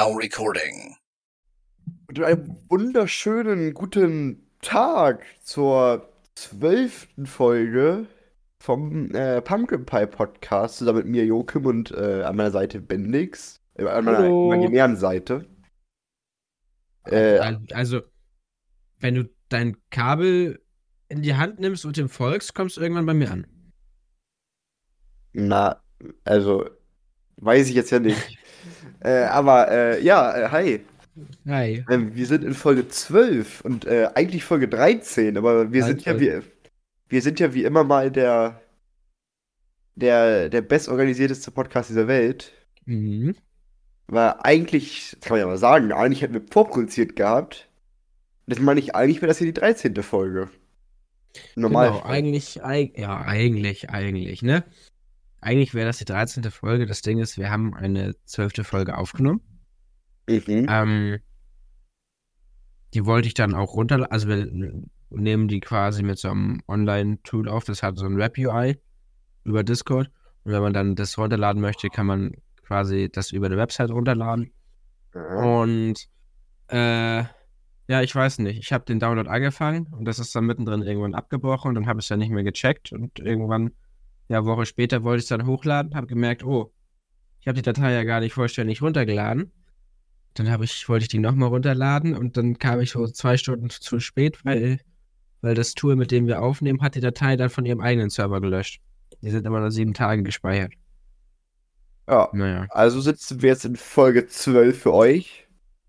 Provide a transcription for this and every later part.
Now recording. Und einen wunderschönen guten Tag zur 12. Folge vom Pumpkin Pie Podcast, zusammen mit mir, Joachim, und an meiner Seite Bendix, an meiner Hallo. imaginären Seite. Äh, Also, wenn du dein Kabel in die Hand nimmst und dem folgst, kommst du irgendwann bei mir an. also, weiß ich jetzt ja nicht. Hi. Hi. Wir sind in Folge 12 und eigentlich Folge 13, aber wir sind ja wie immer mal der bestorganisierteste Podcast dieser Welt. Mhm. Weil eigentlich, das kann man ja mal sagen, eigentlich hätten wir vorproduziert gehabt. Das meine ich, eigentlich wäre das hier die 13. Folge. Normal. Genau, eigentlich, ne? Eigentlich wäre das die 13. Folge. Das Ding ist, wir haben eine 12. Folge aufgenommen. Mhm. Die wollte ich dann auch runterladen. Also, wir nehmen die quasi mit so einem Online-Tool auf. Das hat so ein Web-UI über Discord. Und wenn man dann das runterladen möchte, kann man quasi das über die Website runterladen. Ja. Und ja, ich weiß nicht. Ich habe den Download angefangen und das ist dann mittendrin irgendwann abgebrochen und dann habe ich es dann nicht mehr gecheckt und irgendwann, ja, eine Woche später wollte ich es dann hochladen, habe gemerkt, oh, ich habe die Datei ja gar nicht vollständig runtergeladen. Dann wollte ich die nochmal runterladen und dann kam ich so 2 Stunden zu spät, weil das Tool, mit dem wir aufnehmen, hat die Datei dann von ihrem eigenen Server gelöscht. Die sind immer nur 7 Tage gespeichert. Ja, Naja. also sitzen wir jetzt in Folge 12 für euch.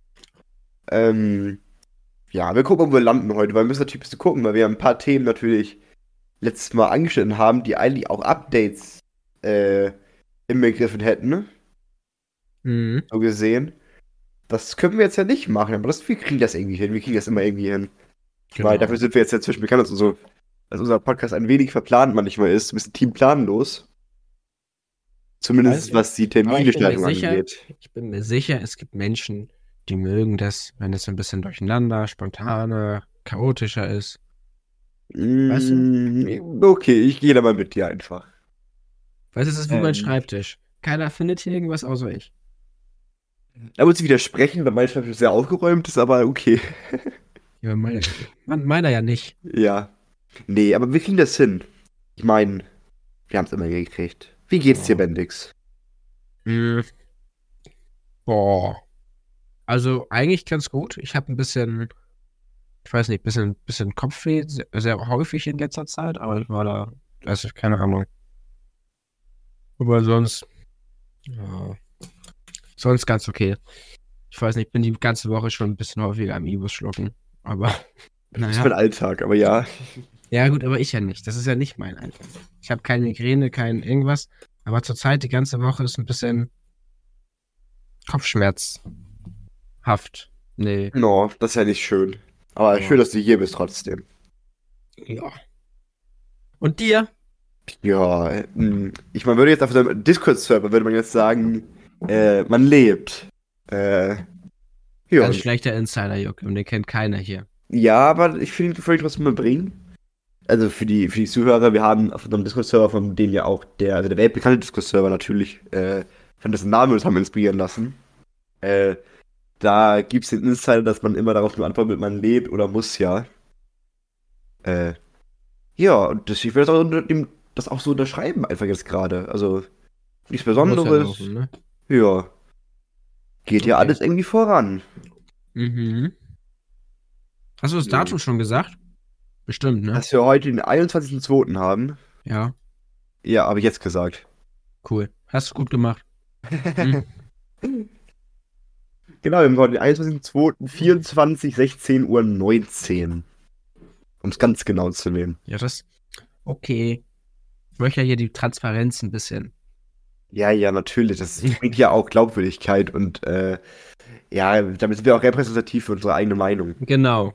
Ja, wir gucken, wo wir landen heute, weil wir müssen natürlich ein bisschen gucken, weil wir ein paar Themen natürlich letztes Mal angeschnitten haben, die eigentlich auch Updates inbegriffen hätten, ne? Mhm. So gesehen. Das können wir jetzt ja nicht machen, aber wir kriegen das irgendwie hin. Wir kriegen das immer irgendwie hin. Genau. Weil dafür sind wir jetzt dazwischen bekannt, dass unser Podcast ein wenig verplant manchmal ist, ein bisschen teamplanlos. Zumindest was die Termingestaltung angeht. Ich bin mir sicher, es gibt Menschen, die mögen das, wenn es ein bisschen durcheinander, spontaner, chaotischer ist. Weißt Okay, ich gehe da mal mit dir einfach. Weißt du, es ist wie mein Schreibtisch. Keiner findet hier irgendwas außer ich. Da muss ich widersprechen, weil mein Schreibtisch sehr aufgeräumt ist, aber okay. Ja, meiner ja nicht. Ja. Nee, aber wir kriegen das hin. Ich meine, wir haben es immer gekriegt. Wie geht's dir, Bendix? Boah. Also eigentlich ganz gut. Ich habe ein bisschen, ich weiß nicht, bisschen Kopfweh, sehr, sehr häufig in letzter Zeit, aber ich war da, also keine Ahnung. Aber sonst, ja, sonst ganz okay. Ich weiß nicht, bin die ganze Woche schon ein bisschen häufiger am Ibus schlucken, aber Das ist mein Alltag, aber ja. Ja gut, aber ich ja nicht. Das ist ja nicht mein Alltag. Ich habe keine Migräne, kein irgendwas, aber zurzeit die ganze Woche ist ein bisschen kopfschmerzhaft. Nee. No, das ist ja nicht schön. Aber Ja. schön, dass du hier bist trotzdem. Ja. Und dir? Ja, man würde jetzt auf dem Discord-Server, würde man jetzt sagen, man lebt. Ja, Ganz schlechter Insider, Juck, und den kennt keiner hier. ja, aber ich finde, ich trotzdem mal bringen. Also für die Zuhörer, wir haben auf unserem Discord-Server, von dem ja auch der weltbekannte Discord-Server natürlich, von dessen Namen wir uns haben inspirieren lassen. Da gibt es den Insider, dass man immer darauf nur antwortet, man lebt oder muss ja. Ja, und ich will das auch so unterschreiben, einfach jetzt gerade. Also, nichts Besonderes. Muss ja laufen, ne? Ja. Geht ja Okay. alles irgendwie voran. Mhm. Hast du das Datum schon gesagt? Bestimmt, ne? Dass wir heute den 21.02. haben. Ja, Ja, habe ich jetzt gesagt. cool. Hast du gut gemacht. Mhm. Genau, wir haben heute den 21.02. 24, 16:19 Uhr. Um es ganz genau zu nehmen. Ja, okay. Ich möchte ja hier die Transparenz ein bisschen. Ja, natürlich. Das bringt ja auch Glaubwürdigkeit und ja, damit sind wir auch repräsentativ für unsere eigene Meinung. Genau.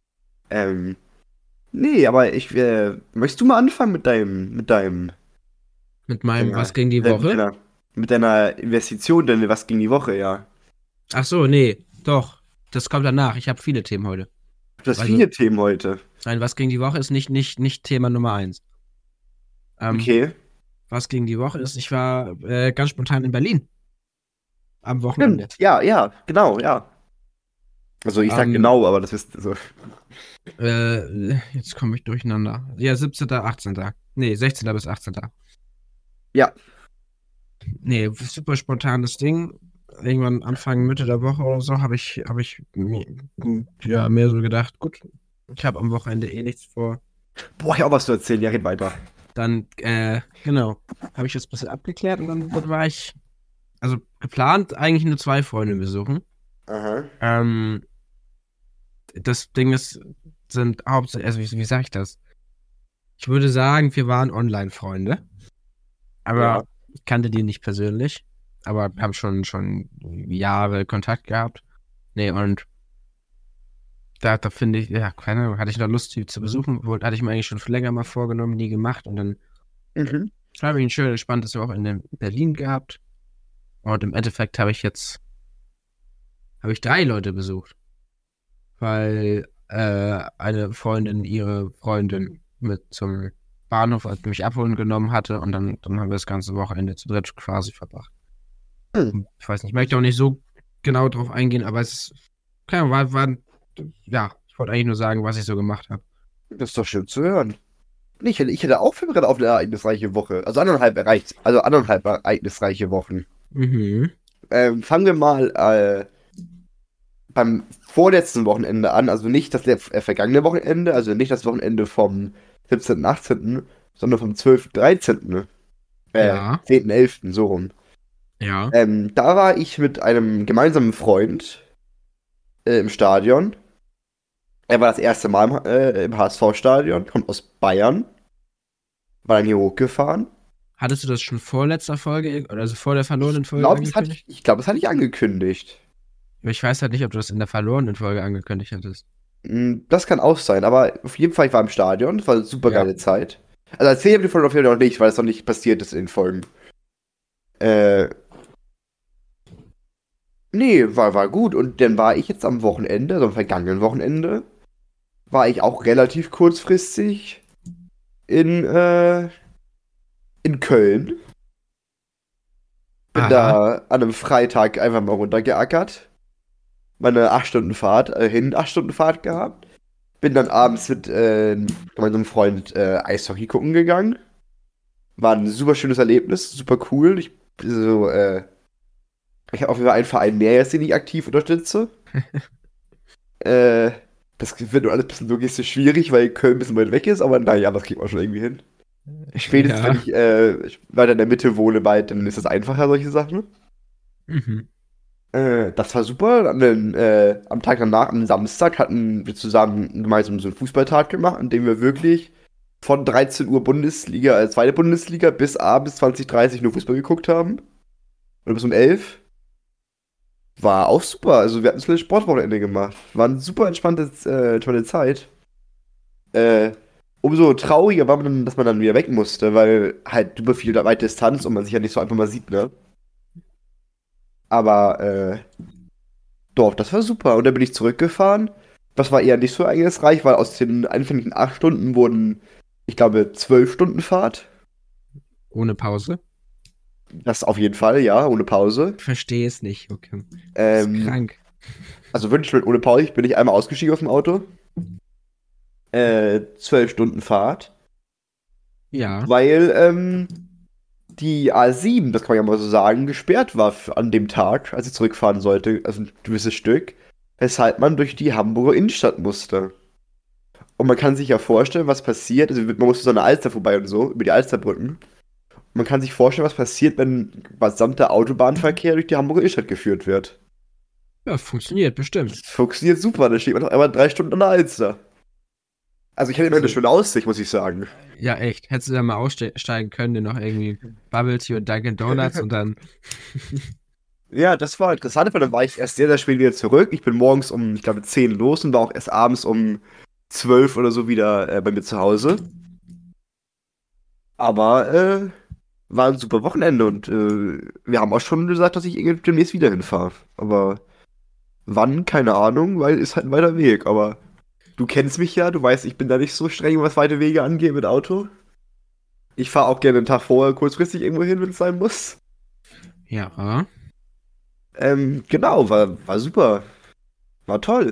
Nee, aber möchtest du mal anfangen mit Mit meinem Was ging die Woche? mit deiner Investition, denn was ging die Woche, ja. Ach so, nee, doch. Das kommt danach. Ich habe viele Themen heute. Du hast 4 Themen heute. Nein, was ging die Woche ist nicht Thema Nummer 1. Okay. Was ging die Woche ist, ich war ganz spontan in Berlin. am Wochenende. Stimmt, ja, genau, ja. Also ich sag Am, genau, aber das ist so. jetzt komme ich durcheinander. Ja, 17., 18. Nee, 16. bis 18. Ja. Nee, super spontanes Ding. Irgendwann Anfang, Mitte der Woche oder so habe ich mir, ja, mehr so gedacht, gut, ich habe am Wochenende eh nichts vor. Boah, ich hab auch was zu erzählen. Ja, red weiter. Dann, genau, habe ich das ein bisschen abgeklärt und dann war ich, also geplant, eigentlich nur zwei Freunde besuchen. Aha. Ähm, Das Ding ist, sind hauptsächlich, also wie sage ich das? Ich würde sagen, wir waren Online-Freunde, Ja. aber ich kannte die nicht persönlich, aber haben schon Jahre Kontakt gehabt. Nee, und da finde ich, ja, keine Ahnung, hatte ich noch Lust, die zu besuchen, hatte ich mir eigentlich schon für länger mal vorgenommen, nie gemacht. Und dann Mhm. habe ich ein schön entspanntes Wochenende in Berlin gehabt. Und im Endeffekt habe ich drei Leute besucht, weil eine Freundin ihre Freundin mit zum Bahnhof, als mich abholen genommen hatte. Und dann haben wir das ganze Wochenende zu dritt quasi verbracht. Hm. Ich weiß nicht, ich möchte auch nicht so genau drauf eingehen, aber es ist, keine Ahnung, ja, ich wollte eigentlich nur sagen, was ich so gemacht habe. Das ist doch schön zu hören. Ich hätte auch für gerade auf eine ereignisreiche Woche. Also anderthalb ereignisreiche Wochen. Mhm. Fangen wir mal beim vorletzten Wochenende an. Also nicht das vergangene Wochenende, also nicht das Wochenende vom 17., 18., sondern vom 12., 13., Ja, 10., 11., so rum. ja. Da war ich mit einem gemeinsamen Freund im Stadion. Er war das erste Mal im HSV-Stadion, kommt aus Bayern, war dann hier hochgefahren. Hattest du das schon vor letzter Folge, oder also vor der Ich verlorenen Folge glaube, das hatte angekündigt? ich, ich glaube, das hatte ich angekündigt. Aber ich weiß halt nicht, ob du das in der verlorenen Folge angekündigt hattest. Das kann auch sein, aber auf jeden Fall, ich war im Stadion, das war eine super Ja. geile Zeit. Also erzählen wir die Folge auf jeden Fall noch nicht, weil es noch nicht passiert ist in den Folgen. Äh, nee, war gut. Und dann war ich jetzt am Wochenende, also am vergangenen Wochenende, war ich auch relativ kurzfristig in, äh, in Köln. Bin Aha. da an einem Freitag einfach mal runtergeackert. Meine 8 Stunden Fahrt, 8 Stunden Fahrt gehabt. Bin dann abends mit meinem Freund Eishockey gucken gegangen. War ein super schönes Erlebnis, super cool. Ich habe auf jeden Fall einen Verein mehr jetzt, den ich aktiv unterstütze. Äh, Das wird nur alles ein bisschen logistisch schwierig, weil Köln ein bisschen weit weg ist, aber naja, das kriegt man schon irgendwie hin. Spätestens, wenn Ja. ich weiter in der Mitte wohne, bald, dann ist es einfacher, solche Sachen. Mhm. Das war super. Am Tag danach, am Samstag, hatten wir zusammen gemeinsam so einen Fußballtag gemacht, an dem wir wirklich von 13 Uhr Bundesliga, zweite Bundesliga, bis abends 20:30 nur Fußball geguckt haben. Oder bis um 11. War auch super. Also wir hatten so ein Sportwochenende gemacht. War eine super entspannte Zeit. Äh, Umso trauriger war man dann, dass man dann wieder weg musste, weil halt super viel weite Distanz und man sich ja nicht so einfach mal sieht, ne? Aber doch, das war super. Und dann bin ich zurückgefahren. Das war eher nicht so ereignisreich, weil aus den anfänglichen 8 Stunden wurden, ich glaube, 12 Stunden Fahrt. Ohne Pause? Das auf jeden Fall, ja, ohne Pause. Verstehe es nicht. Okay. Das ist Ähm, krank. also wirklich ohne Pause. Ich bin nicht einmal ausgestiegen aus dem Auto. 12 Stunden Fahrt. Ja. Weil die A7, das kann man ja mal so sagen, gesperrt war an dem Tag, als ich zurückfahren sollte, also ein gewisses Stück, weshalb man durch die Hamburger Innenstadt musste. Und man kann sich ja vorstellen, was passiert. Also man musste so eine Alster vorbei und so, über die Alsterbrücken. Man kann sich vorstellen, was passiert, wenn gesamter Autobahnverkehr durch die Hamburger Innenstadt geführt wird. Ja, funktioniert Das bestimmt. funktioniert super, da steht man doch einmal 3 Stunden an der Alster. Also ich hatte immer eine Also, schöne Aussicht, muss ich sagen. ja, echt. Hättest du da mal aussteigen können, dir noch irgendwie Bubble Tea und Dunkin' Donuts und dann. Ja, das war interessant, weil dann war ich erst sehr, sehr spät wieder zurück. Ich bin morgens um, ich glaube, 10 los und war auch erst abends um 12 oder so wieder bei mir zu Hause. Aber war ein super Wochenende und wir haben auch schon gesagt, dass ich irgendwie demnächst wieder hinfahre. Aber wann, keine Ahnung, weil ist halt ein weiter Weg. Aber du kennst mich ja, du weißt, ich bin da nicht so streng, was weite Wege angeht mit Auto. Ich fahre auch gerne einen Tag vorher kurzfristig irgendwo hin, wenn es sein muss. Ja. Genau, war super. War toll.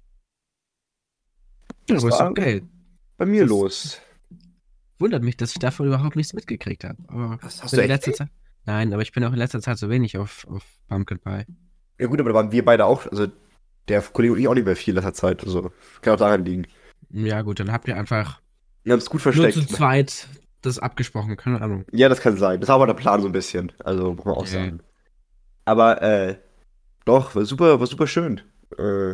Ja, Das wo ist doch war geil. bei mir Das los. wundert mich, dass ich davon überhaupt nichts mitgekriegt habe. Aber Was, ich hast du bin in echt letzter nicht? Zeit. Nein, aber ich bin auch in letzter Zeit so wenig auf Pumpkin Pie. Ja gut, aber da waren wir beide auch, also der Kollege und ich auch nicht mehr viel in letzter Zeit. Also kann auch daran liegen. Ja, gut, dann habt ihr einfach Wir haben es gut nur zu versteckt. zweit das abgesprochen, keine Ahnung. Ja, das kann sein. Das war aber der Plan so ein bisschen. Also muss man auch Nee. sagen. Aber doch, war super schön. Äh,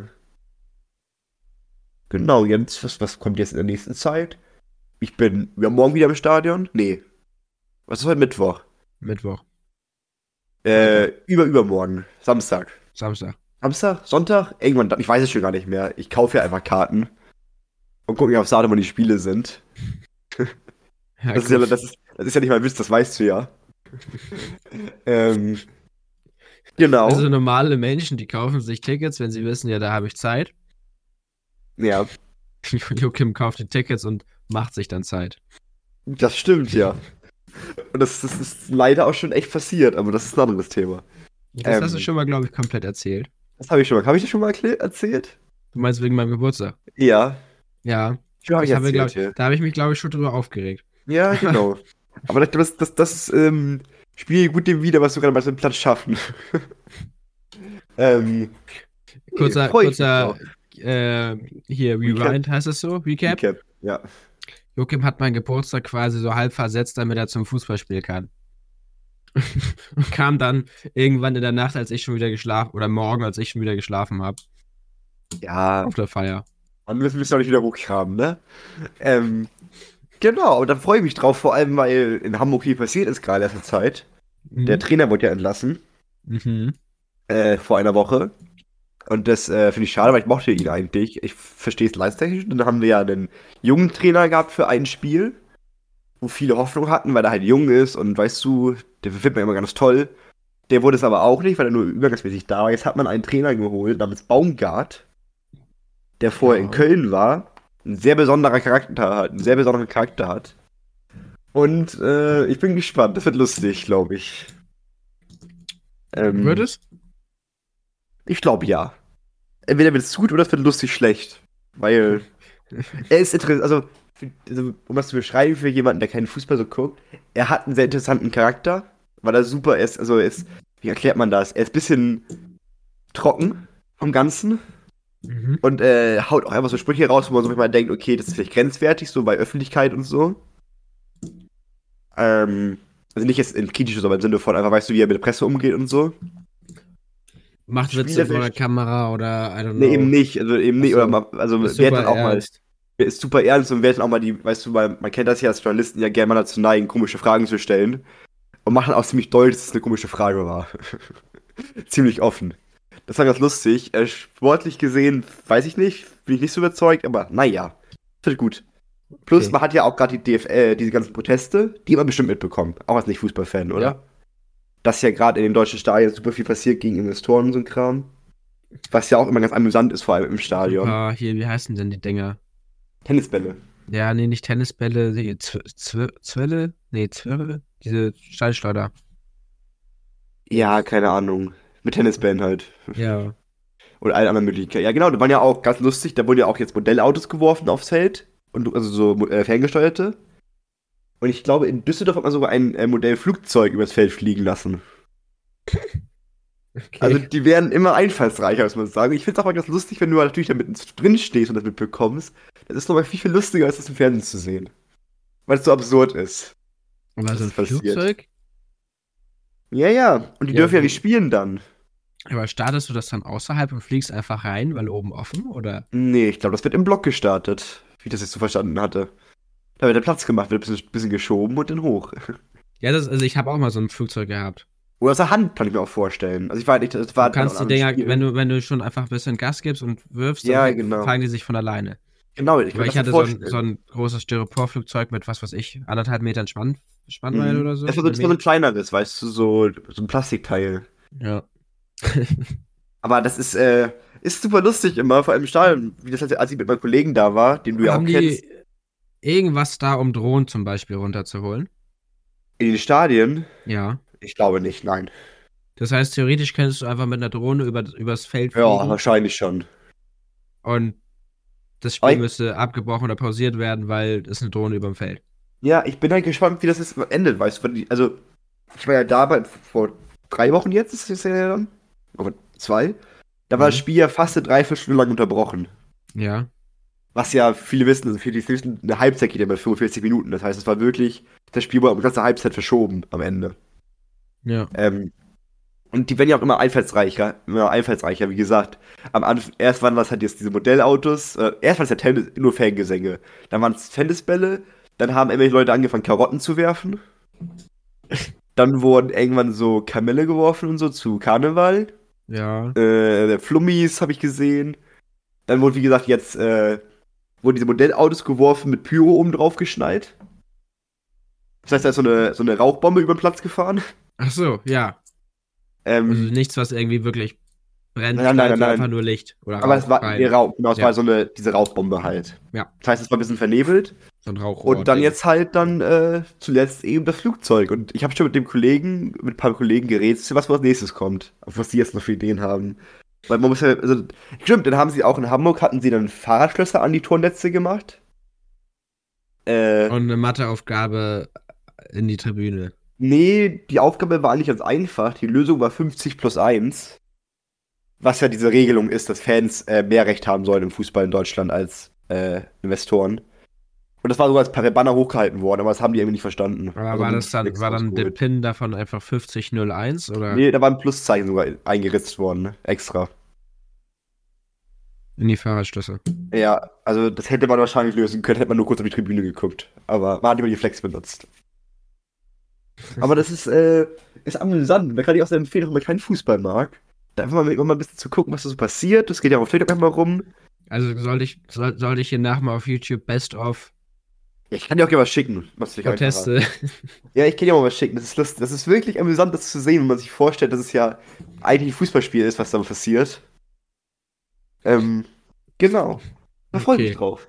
genau, Jens, was kommt jetzt in der nächsten Zeit? Wir haben morgen wieder im Stadion. Nee, was ist heute Mittwoch? Mittwoch, Freitag, Übermorgen. Samstag. Samstag. Samstag? Sonntag? Irgendwann, ich weiß es schon gar nicht mehr. Ich kaufe ja einfach Karten und gucke mir aufs Datum, wann die Spiele sind. Ja, Das ist ja, gut. das ist ja nicht mal ein Witz, das weißt du ja. Ähm, Also genau. normale Menschen, die kaufen sich Tickets, wenn sie wissen, ja, da habe ich Zeit. Ja, Joachim kauft die Tickets und macht sich dann Zeit. das stimmt ja. Und das ist leider auch schon echt passiert, aber das ist ein anderes Thema. Das hast du Ähm, schon mal, glaube ich, komplett erzählt. das habe ich schon mal. Habe ich das schon mal erzählt? Du meinst wegen meinem Geburtstag? Ja, Ja, schon habe ich das haben wir, glaube erzählt, ich, ja. da habe ich mich, glaube ich, schon drüber aufgeregt. Ja, genau. Aber ich glaube, das spiegelt gut dem wider, was du gerade bei dem Platz schaffen. ähm, nee, Kurzer, freue ich mich kurzer, drauf. äh, hier, Recap, Rewind heißt es so, Recap. Recap, ja. Joachim hat meinen Geburtstag quasi so halb versetzt, damit er zum Fußballspiel kann. Und kam dann irgendwann in der Nacht, als ich schon wieder geschlafen, oder morgen, als ich schon wieder geschlafen habe, Ja, auf der Feier. dann müssen wir es auch nicht wieder hochkramen, ne? Ähm, genau, aber dann freue ich mich drauf, vor allem, weil in Hamburg viel passiert ist gerade in letzter Zeit. Der Mhm. Trainer wurde ja entlassen, Mhm. vor einer Woche. Und das finde ich schade, weil ich mochte ihn eigentlich. Ich verstehe es leistungstechnisch. Und dann haben wir ja einen jungen Trainer gehabt für ein Spiel, wo viele Hoffnung hatten, weil er halt jung ist und weißt du, der findet man immer ganz toll. Der wurde es aber auch nicht, weil er nur übergangsmäßig da war. Jetzt hat man einen Trainer geholt namens Baumgart, der vorher in Ja. Köln war, einen sehr besonderen Charakter hat. Und ich bin gespannt. Das wird lustig, glaube ich. Wird Ähm, es? ich glaube ja. Entweder wird es gut oder es wird lustig schlecht. Weil er ist interessant, also, um das zu beschreiben für jemanden, der keinen Fußball so guckt, er hat einen sehr interessanten Charakter, weil er super ist, wie erklärt man das? Er ist ein bisschen trocken vom Ganzen Mhm. und haut auch einfach so Sprüche raus, wo man so manchmal denkt, okay, das ist vielleicht grenzwertig, so bei Öffentlichkeit und so. Also nicht jetzt in kritisch, aber im Sinne von einfach, weißt du, wie er mit der Presse umgeht und so. Macht Witze vor der Spielerisch, Kamera oder I don't ne, eben know. nicht, also eben nicht, oder Achso, mal, also ist wer hat super dann auch mal, ernst. wer ist super ernst und wer hat dann auch mal die, weißt du, man kennt das ja als Journalisten ja gerne mal dazu neigen, komische Fragen zu stellen. Und machen auch ziemlich deutlich, dass es eine komische Frage war. Ziemlich offen. Das war ganz lustig. Sportlich gesehen, weiß ich nicht, bin ich nicht so überzeugt, aber naja, wird gut. Plus, Okay. man hat ja auch gerade die DFL, diese ganzen Proteste, die hat man bestimmt mitbekommen. Auch als Nicht-Fußballfan, Ja. oder? Dass ja gerade in den deutschen Stadien super viel passiert gegen Investoren und so ein Kram. Was ja auch immer ganz amüsant ist, vor allem im Stadion. Super, hier, wie heißen denn die Dinger? Tennisbälle. Ja, nee, nicht Tennisbälle, die Zwille? Nee, Zwirre? Diese Steinschleuder. Ja, keine Ahnung. Mit Tennisbällen halt. Ja. Oder allen anderen Möglichkeiten. Ja, genau, da waren ja auch ganz lustig, da wurden ja auch jetzt Modellautos geworfen aufs Feld. Und also so ferngesteuerte. Und ich glaube, in Düsseldorf hat man sogar ein Modellflugzeug übers Feld fliegen lassen. Also Okay. die werden immer einfallsreicher, muss man sagen. Ich finde es auch mal ganz lustig, wenn du natürlich da mitten drin stehst und das mitbekommst. Das ist nochmal viel, viel lustiger, als das im Fernsehen zu sehen. Weil es so absurd ist, Aber dass so ein es passiert. Flugzeug? Ja, ja. Und die Ja, dürfen ja nicht spielen dann. aber startest du das dann außerhalb und fliegst einfach rein, weil oben offen? Oder? Nee, ich glaube, das wird im Block gestartet. Wie ich das jetzt so verstanden hatte. Da wird der Platz gemacht, wird ein bisschen geschoben und dann hoch. Ja, also ich habe auch mal so ein Flugzeug gehabt. Oder aus der Hand kann ich mir auch vorstellen. Also ich war nicht, das Du war bei kannst die einem Dinger, Spiel. wenn du schon einfach ein bisschen Gas gibst und wirfst, dann Ja, genau. fangen die sich von alleine. Genau, ich kann Aber mir das ich so hatte so vorstellen. ein großes Styroporflugzeug mit, was weiß ich, 1,5 Metern Spannweite oder so. Das war so, Oder das war so mehr. ein kleineres, weißt du, so ein Plastikteil. Ja. Aber das ist super lustig immer, vor allem im Stadion, wie das als ich mit meinem Kollegen da war, den du ja auch Haben kennst, die irgendwas da, um Drohnen zum Beispiel runterzuholen? in den Stadien. Ja. Ich glaube nicht, nein. Das heißt, theoretisch könntest du einfach mit einer Drohne übers Feld Ja, fliegen wahrscheinlich schon. und das Aber Spiel müsste abgebrochen oder pausiert werden, weil es eine Drohne überm Feld. ja, ich bin halt gespannt, wie das jetzt endet, weißt du. Also, ich war ja da vor 3 Wochen jetzt, ist es ja dann. Oder 2. Da war das Mhm. Spiel ja fast eine Dreiviertelstunde lang unterbrochen. Ja, Was ja viele wissen, also viele wissen, eine Halbzeit geht ja bei 45 Minuten. Das heißt, es war wirklich, das Spiel wurde um ganze Halbzeit verschoben am Ende. ja. Ähm, und die werden ja auch immer einfallsreicher, wie gesagt. Am Anfang, erst waren das halt jetzt diese Modellautos, erst war es ja Tennis, nur Fangesänge. Dann waren es Tennisbälle, dann haben irgendwelche Leute angefangen, Karotten zu werfen. Dann wurden irgendwann so Kamelle geworfen und so zu Karneval. Ja. Flummis habe ich gesehen. Dann wurde, wie gesagt, jetzt wurden diese Modellautos geworfen mit Pyro oben drauf geschnallt. Das heißt, da ist so eine Rauchbombe über den Platz gefahren. Ach so, ja. Also Ähm, nichts, was irgendwie wirklich brennt, nein, nein, knallt, nein, sondern einfach nein. nur Licht oder Aber es Rauch war rein. Genau, es war Ja, diese Rauchbombe halt. ja. Das heißt, es war ein bisschen vernebelt. So ein Und dann Rauchrohr-Ding. jetzt halt dann zuletzt eben das Flugzeug. Und ich habe schon mit ein paar Kollegen geredet, was als nächstes kommt. Auf was die jetzt noch für Ideen haben. Weil man muss ja, also, stimmt, dann haben sie auch in Hamburg, hatten sie dann Fahrradschlösser an die Tornetze gemacht. Äh, Und eine Matheaufgabe in die Tribüne. nee, die Aufgabe war eigentlich ganz einfach. Die Lösung war 50+1. Was ja diese Regelung ist, dass Fans mehr Recht haben sollen im Fußball in Deutschland als Investoren. Und das war sogar als Banner hochgehalten worden, aber das haben die irgendwie nicht verstanden. Aber Also war haben das die dann, Flex war dann der rausgeholt. Pin davon einfach 5001 oder Nee, da war ein Pluszeichen sogar eingeritzt worden, ne? Extra. in die Fahrradschlüssel? Ja, also das hätte man wahrscheinlich lösen können, hätte man nur kurz auf die Tribüne geguckt. Aber man hat immer die Flex benutzt. Aber das ist amüsant. Da kann ich auch sehr empfehlen, wenn man keinen Fußball mag. Da einfach mal ein bisschen zu gucken, was da so passiert. Das geht ja auch auf TikTok einfach mal rum. Also sollte ich hier nachher mal auf YouTube Best of Ja, ich kann dir auch gerne was schicken. Mach's vielleicht einfacher. Proteste. Ja, ich kann dir mal was schicken. Das ist lustig. Das ist wirklich amüsant, das zu sehen, wenn man sich vorstellt, dass es ja eigentlich ein Fußballspiel ist, was da passiert. Ähm, genau. Da freue ich mich Okay, drauf.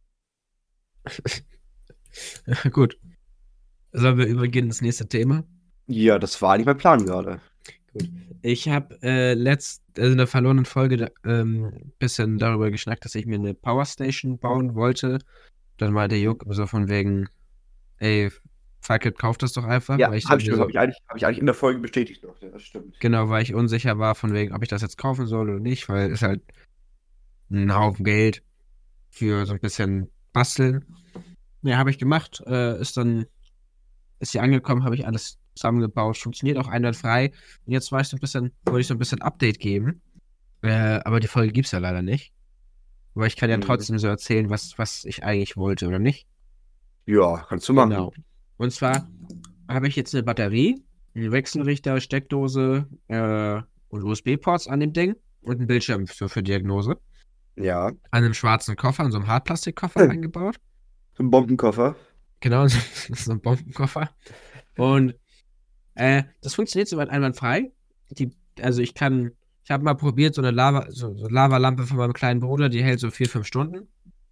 gut. Sollen wir übergehen ins nächste Thema? Ja, das war eigentlich mein Plan gerade. Gut. Ich habe also in der verlorenen Folge bisschen darüber geschnackt, dass ich mir eine Powerstation bauen wollte. Dann meinte Juck so von wegen, ey, fuck it, kauf das doch einfach, Ja, weil ich irgendwie so, hab ich eigentlich in der Folge bestätigt noch. Ja, das stimmt. genau, weil ich unsicher war von wegen, ob ich das jetzt kaufen soll oder nicht, weil es halt ein Haufen Geld für so ein bisschen Basteln. Ja, habe ich gemacht, ist sie angekommen, habe ich alles zusammengebaut, funktioniert auch einwandfrei. Und jetzt wollte ich so ein bisschen Update geben. Aber die Folge gibt's ja leider nicht. Aber ich kann ja Mhm. trotzdem so erzählen, was ich eigentlich wollte oder nicht. Ja, kannst du machen. Genau. Und zwar habe ich jetzt eine Batterie, einen Wechselrichter, Steckdose und USB-Ports an dem Ding und einen Bildschirm für Diagnose. Ja. An einem schwarzen Koffer, in so einem Hartplastikkoffer eingebaut. So ein Bombenkoffer. Genau, so ein Bombenkoffer. Und das funktioniert soweit einwandfrei. Also ich habe mal probiert, so Lavalampe von meinem kleinen Bruder, die hält so 4, 5 Stunden.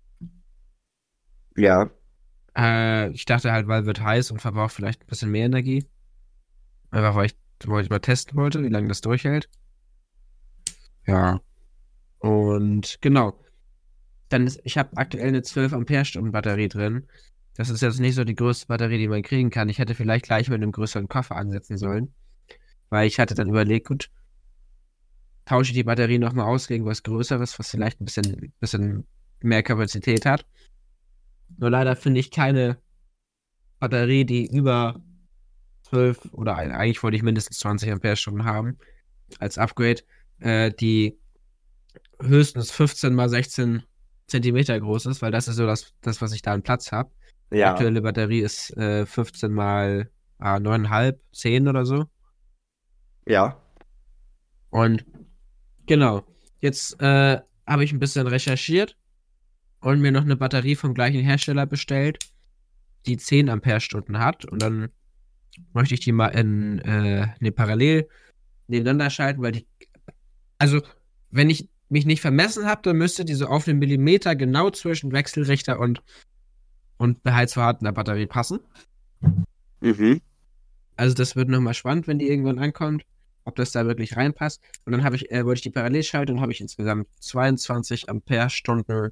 Ja. Ich dachte halt, weil wird heiß und verbraucht vielleicht ein bisschen mehr Energie. Einfach weil ich mal testen wollte, wie lange das durchhält. Ja. Und genau. Ich habe aktuell eine 12 Ampere-Stunden Batterie drin. Das ist jetzt nicht so die größte Batterie, die man kriegen kann. Ich hätte vielleicht gleich mit einem größeren Koffer ansetzen sollen. Weil ich hatte dann überlegt, gut, tausche ich die Batterie nochmal aus gegen was Größeres, was vielleicht ein bisschen mehr Kapazität hat. Nur leider finde ich keine Batterie, die über 12 oder eigentlich wollte ich mindestens 20 Ampere-Stunden haben als Upgrade, die höchstens 15 mal 16 Zentimeter groß ist, weil das ist so das was ich da an Platz habe. Ja. Aktuelle Batterie ist 15 mal 9,5, 10 oder so. Ja. Und genau, jetzt habe ich ein bisschen recherchiert und mir noch eine Batterie vom gleichen Hersteller bestellt, die 10 Ampere-Stunden hat. Und dann möchte ich die mal parallel nebeneinander schalten, also, wenn ich mich nicht vermessen habe, dann müsste die so auf den Millimeter genau zwischen Wechselrichter und beheizverhaltener Batterie passen. Mhm. Also, das wird nochmal spannend, wenn die irgendwann ankommt. ob das da wirklich reinpasst. Und dann wollte ich die Parallelschaltung, habe ich insgesamt 22 Ampere-Stunden,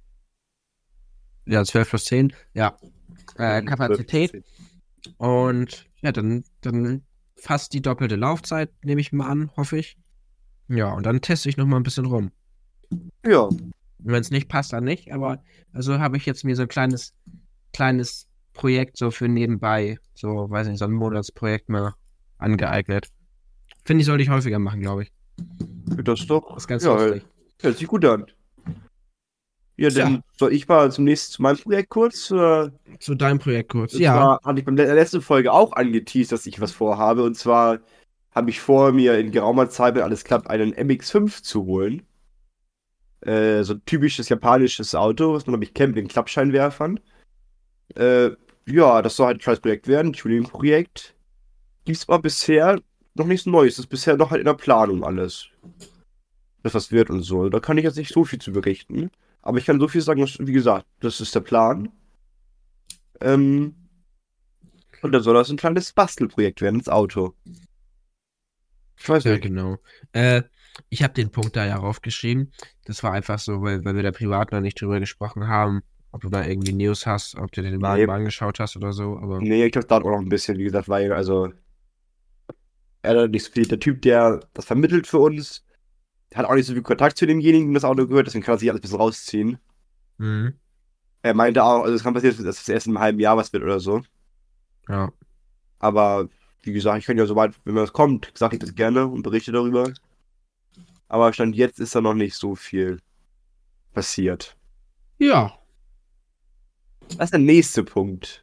ja, 12 plus 10, ja, Kapazität. Und ja, dann fast die doppelte Laufzeit, nehme ich mal an, hoffe ich. Ja, und dann teste ich noch mal ein bisschen rum. Ja. Wenn es nicht passt, dann nicht. Aber also habe ich jetzt mir so ein kleines Projekt so für nebenbei, so, weiß nicht, so ein Monatsprojekt mal angeeignet. Finde ich, sollte ich häufiger machen, glaube ich. Das ist doch. Das ist ganz Ja, lustig. hört sich gut an. Ja, Tja, dann soll ich mal zu meinem Projekt kurz. zu deinem Projekt kurz. Und Ja. zwar hatte ich der letzten Folge auch angeteased, dass ich was vorhabe. Und zwar habe ich vor, mir in geraumer Zeit, wenn alles klappt, einen MX-5 zu holen. So ein typisches japanisches Auto, was man, glaube ich, kennt, mit den Klappscheinwerfern. Äh, ja, das soll halt ein scheiß Projekt werden, ein Tuning-Projekt. Gibt's aber bisher noch nichts Neues. Das ist bisher noch halt in der Planung alles. Dass das wird und so. Da kann ich jetzt nicht so viel zu berichten. Aber ich kann so viel sagen, dass, wie gesagt, das ist der Plan. Ähm, und dann soll das ein kleines Bastelprojekt werden, das Auto. Ich weiß Ja, nicht. genau. Ich habe den Punkt da ja raufgeschrieben. Das war einfach so, weil wir da privat noch nicht drüber gesprochen haben, ob du da irgendwie News hast, ob du dir den Wagen Nee, mal angeschaut hast oder so. Aber nee, ich glaube, das dauert auch noch ein bisschen, wie gesagt, weil, also, er hat nicht so viel. Der Typ, der das vermittelt für uns, der hat auch nicht so viel Kontakt zu demjenigen, dem das Auto gehört, deswegen kann er sich alles ein bisschen rausziehen. mhm. Er meinte auch, also es kann passieren, dass es erst in einem halben Jahr was wird oder so. Ja. Aber wie gesagt, ich kann ja soweit, wenn mir das kommt, sage ich das gerne und berichte darüber. Aber Stand jetzt ist da noch nicht so viel passiert. Ja, Was ist der nächste Punkt?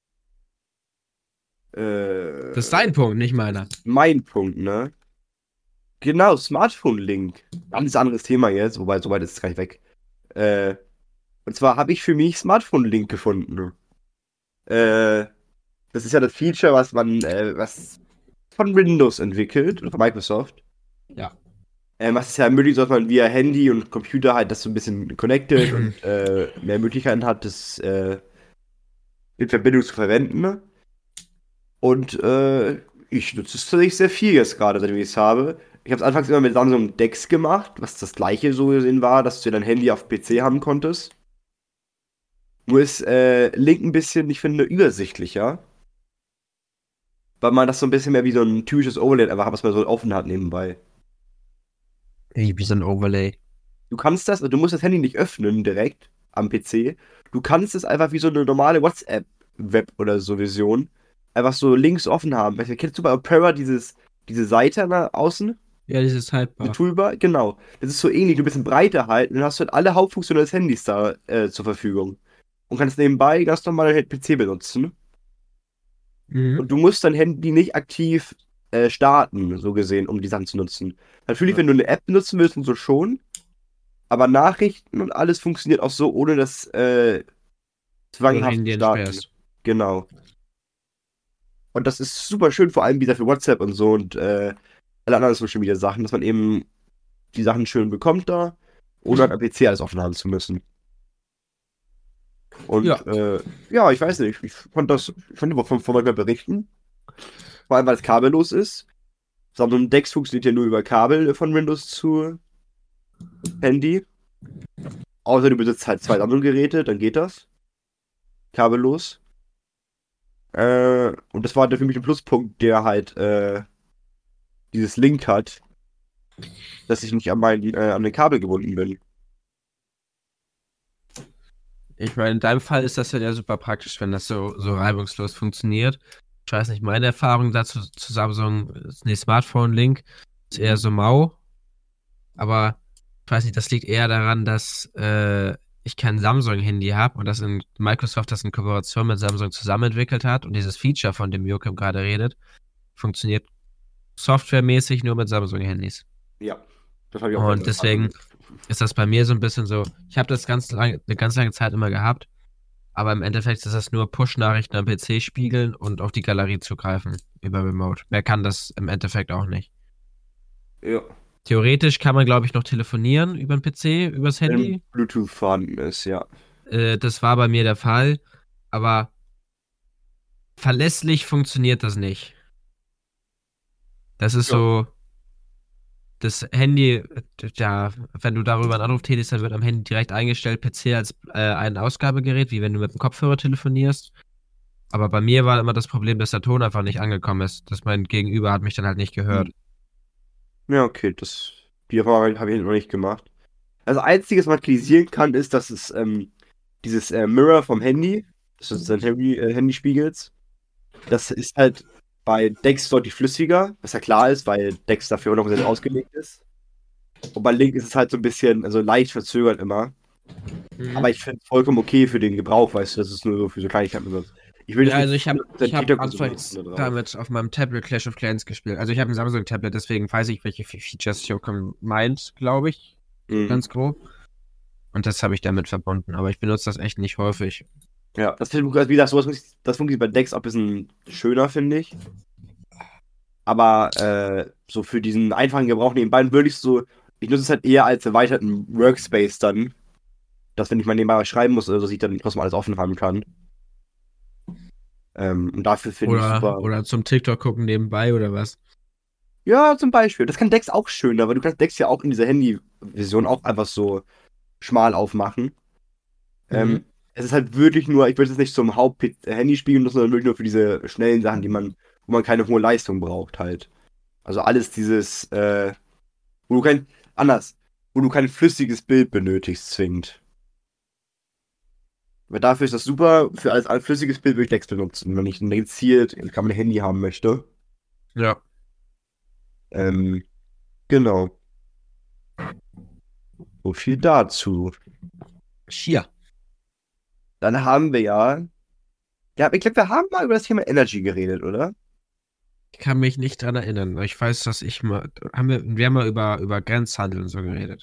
das ist dein Punkt, nicht meiner. Mein Punkt, ne? Genau, Smartphone-Link. Ganz anderes Thema jetzt, wobei soweit ist es gar nicht weg. Äh, und zwar habe ich für mich Smartphone-Link gefunden. Äh, das ist ja das Feature, was von Windows entwickelt, oder von Microsoft. Ja. Was es ja ermöglicht, dass man via Handy und Computer halt das so ein bisschen connected und mehr Möglichkeiten hat, das in Verbindung zu verwenden. Ne? Und ich nutze es tatsächlich sehr viel jetzt gerade, seitdem ich es habe. Ich habe es anfangs immer mit Samsung Dex gemacht, was das gleiche so gesehen war, dass du dein Handy auf dem PC haben konntest. Nur ist Link ein bisschen, ich finde, übersichtlicher, weil man das so ein bisschen mehr wie so ein typisches Overlay einfach hat, was man so offen hat nebenbei. Wie so ein Overlay. Du kannst das, du musst das Handy nicht öffnen direkt am PC. Du kannst es einfach wie so eine normale WhatsApp-Web oder so Vision einfach so links offen haben. Weißt du, kennst du bei Opera diese Seite nach außen? Ja, dieses Diese Sidebar. Toolbar? Genau. Das ist so ähnlich, nur ein bisschen breiter halt. Und dann hast du halt alle Hauptfunktionen des Handys da zur Verfügung. Und kannst nebenbei ganz normal den PC benutzen. Mhm. Und du musst dein Handy nicht aktiv starten, so gesehen, um die Sachen zu nutzen. Natürlich, Ja. wenn du eine App benutzen willst und so schon. Aber Nachrichten und alles funktioniert auch so, ohne das Wo du zwanghaft Handy zu starten. entsperrst. Genau. Und das ist super schön, vor allem wie gesagt für WhatsApp und so und alle anderen Social Media Sachen, dass man eben die Sachen schön bekommt da, ohne halt am PC alles offen haben zu müssen. Ja. Und ja, ich weiß nicht, ich fand von manchmal berichten, vor allem weil es kabellos ist. Samsung Dex funktioniert ja nur über Kabel von Windows zu Handy. Außer du besitzt halt zwei Samsung-Geräte, dann geht das. Kabellos. Und das war halt für mich ein Pluspunkt, der halt dieses Link hat, dass ich nicht an den Kabel gebunden bin. Ich meine, in deinem Fall ist das ja super praktisch, wenn das so reibungslos funktioniert. Ich weiß nicht, meine Erfahrung dazu zu Samsung ist nicht Smartphone-Link, ist eher so mau. Aber ich weiß nicht, das liegt eher daran, dass ich kein Samsung-Handy habe und dass Microsoft das in Kooperation mit Samsung zusammen entwickelt hat und dieses Feature, von dem Joachim gerade redet, funktioniert softwaremäßig nur mit Samsung-Handys. Ja, das habe ich auch Und geändert. Also, deswegen ist das bei mir so ein bisschen so, ich habe das eine ganz lange Zeit immer gehabt, aber im Endeffekt ist das nur Push-Nachrichten am PC spiegeln und auf die Galerie zugreifen über Remote. Wer kann das im Endeffekt auch nicht. ja, Theoretisch kann man, glaube ich, noch telefonieren über den PC, übers wenn Handy. Bluetooth vorhanden ist, ja. Das war bei mir der Fall, aber verlässlich funktioniert das nicht. Das ist Ja. so, das Handy, ja, wenn du darüber einen Anruf tätigst, dann wird am Handy direkt eingestellt, PC als ein Ausgabegerät, wie wenn du mit dem Kopfhörer telefonierst. Aber bei mir war immer das Problem, dass der Ton einfach nicht angekommen ist. Dass mein Gegenüber hat mich dann halt nicht gehört. Hm. Ja, okay, die Erfahrung habe ich noch nicht gemacht. Also, Einziges, was man kritisieren kann, ist, dass es dieses Mirror vom Handy, das ist dein Handyspiegels, das ist halt bei Dex deutlich flüssiger, was ja klar ist, weil Dex dafür noch sehr ausgelegt ist. Und bei Link ist es halt so ein bisschen, also leicht verzögert immer. Mhm. Aber ich finde es vollkommen okay für den Gebrauch, weißt du, das ist nur so für so Kleinigkeiten. Ich will Ja, jetzt also nicht ich habe 100% ich hab TikTok-Konsum benutzen anfangs da drauf. damit auf meinem Tablet Clash of Clans gespielt. Also ich habe ein Samsung-Tablet, deswegen weiß ich, welche Features Jokum meint, glaube ich. Mhm. Ganz grob. Und das habe ich damit verbunden. Aber ich benutze das echt nicht häufig. Ja, das finde ich, also wie gesagt, das funktioniert bei Dex auch ein bisschen schöner, finde ich. Aber so für diesen einfachen Gebrauch nebenbei würde ich so, ich nutze es halt eher als erweiterten Workspace dann, dass wenn ich mal nebenbei was schreiben muss oder so, ich dann trotzdem alles offen haben kann. Und dafür finde ich super. Oder zum TikTok gucken nebenbei oder was. Ja, zum Beispiel. Das kann Dex auch schön, aber du kannst Dex ja auch in dieser Handy-Version auch einfach so schmal aufmachen. Mhm. Es ist halt wirklich nur, ich würde es nicht zum Haupt-Handy spielen, sondern wirklich nur für diese schnellen Sachen, wo man keine hohe Leistung braucht halt. Also alles dieses, wo du kein, anders, wo du kein flüssiges Bild benötigst, zwingend. Weil dafür ist das super, für alles flüssiges Bild würde ich Dex benutzen, wenn ich ein gezielt, kann man ein Handy haben möchte. Ja. Ähm, genau. So viel dazu. Schier. Dann haben wir ja, ich glaube, wir haben mal über das Thema Energy geredet, oder? Ich kann mich nicht dran erinnern. Aber ich weiß, dass wir haben mal über Grenzhandel und so geredet.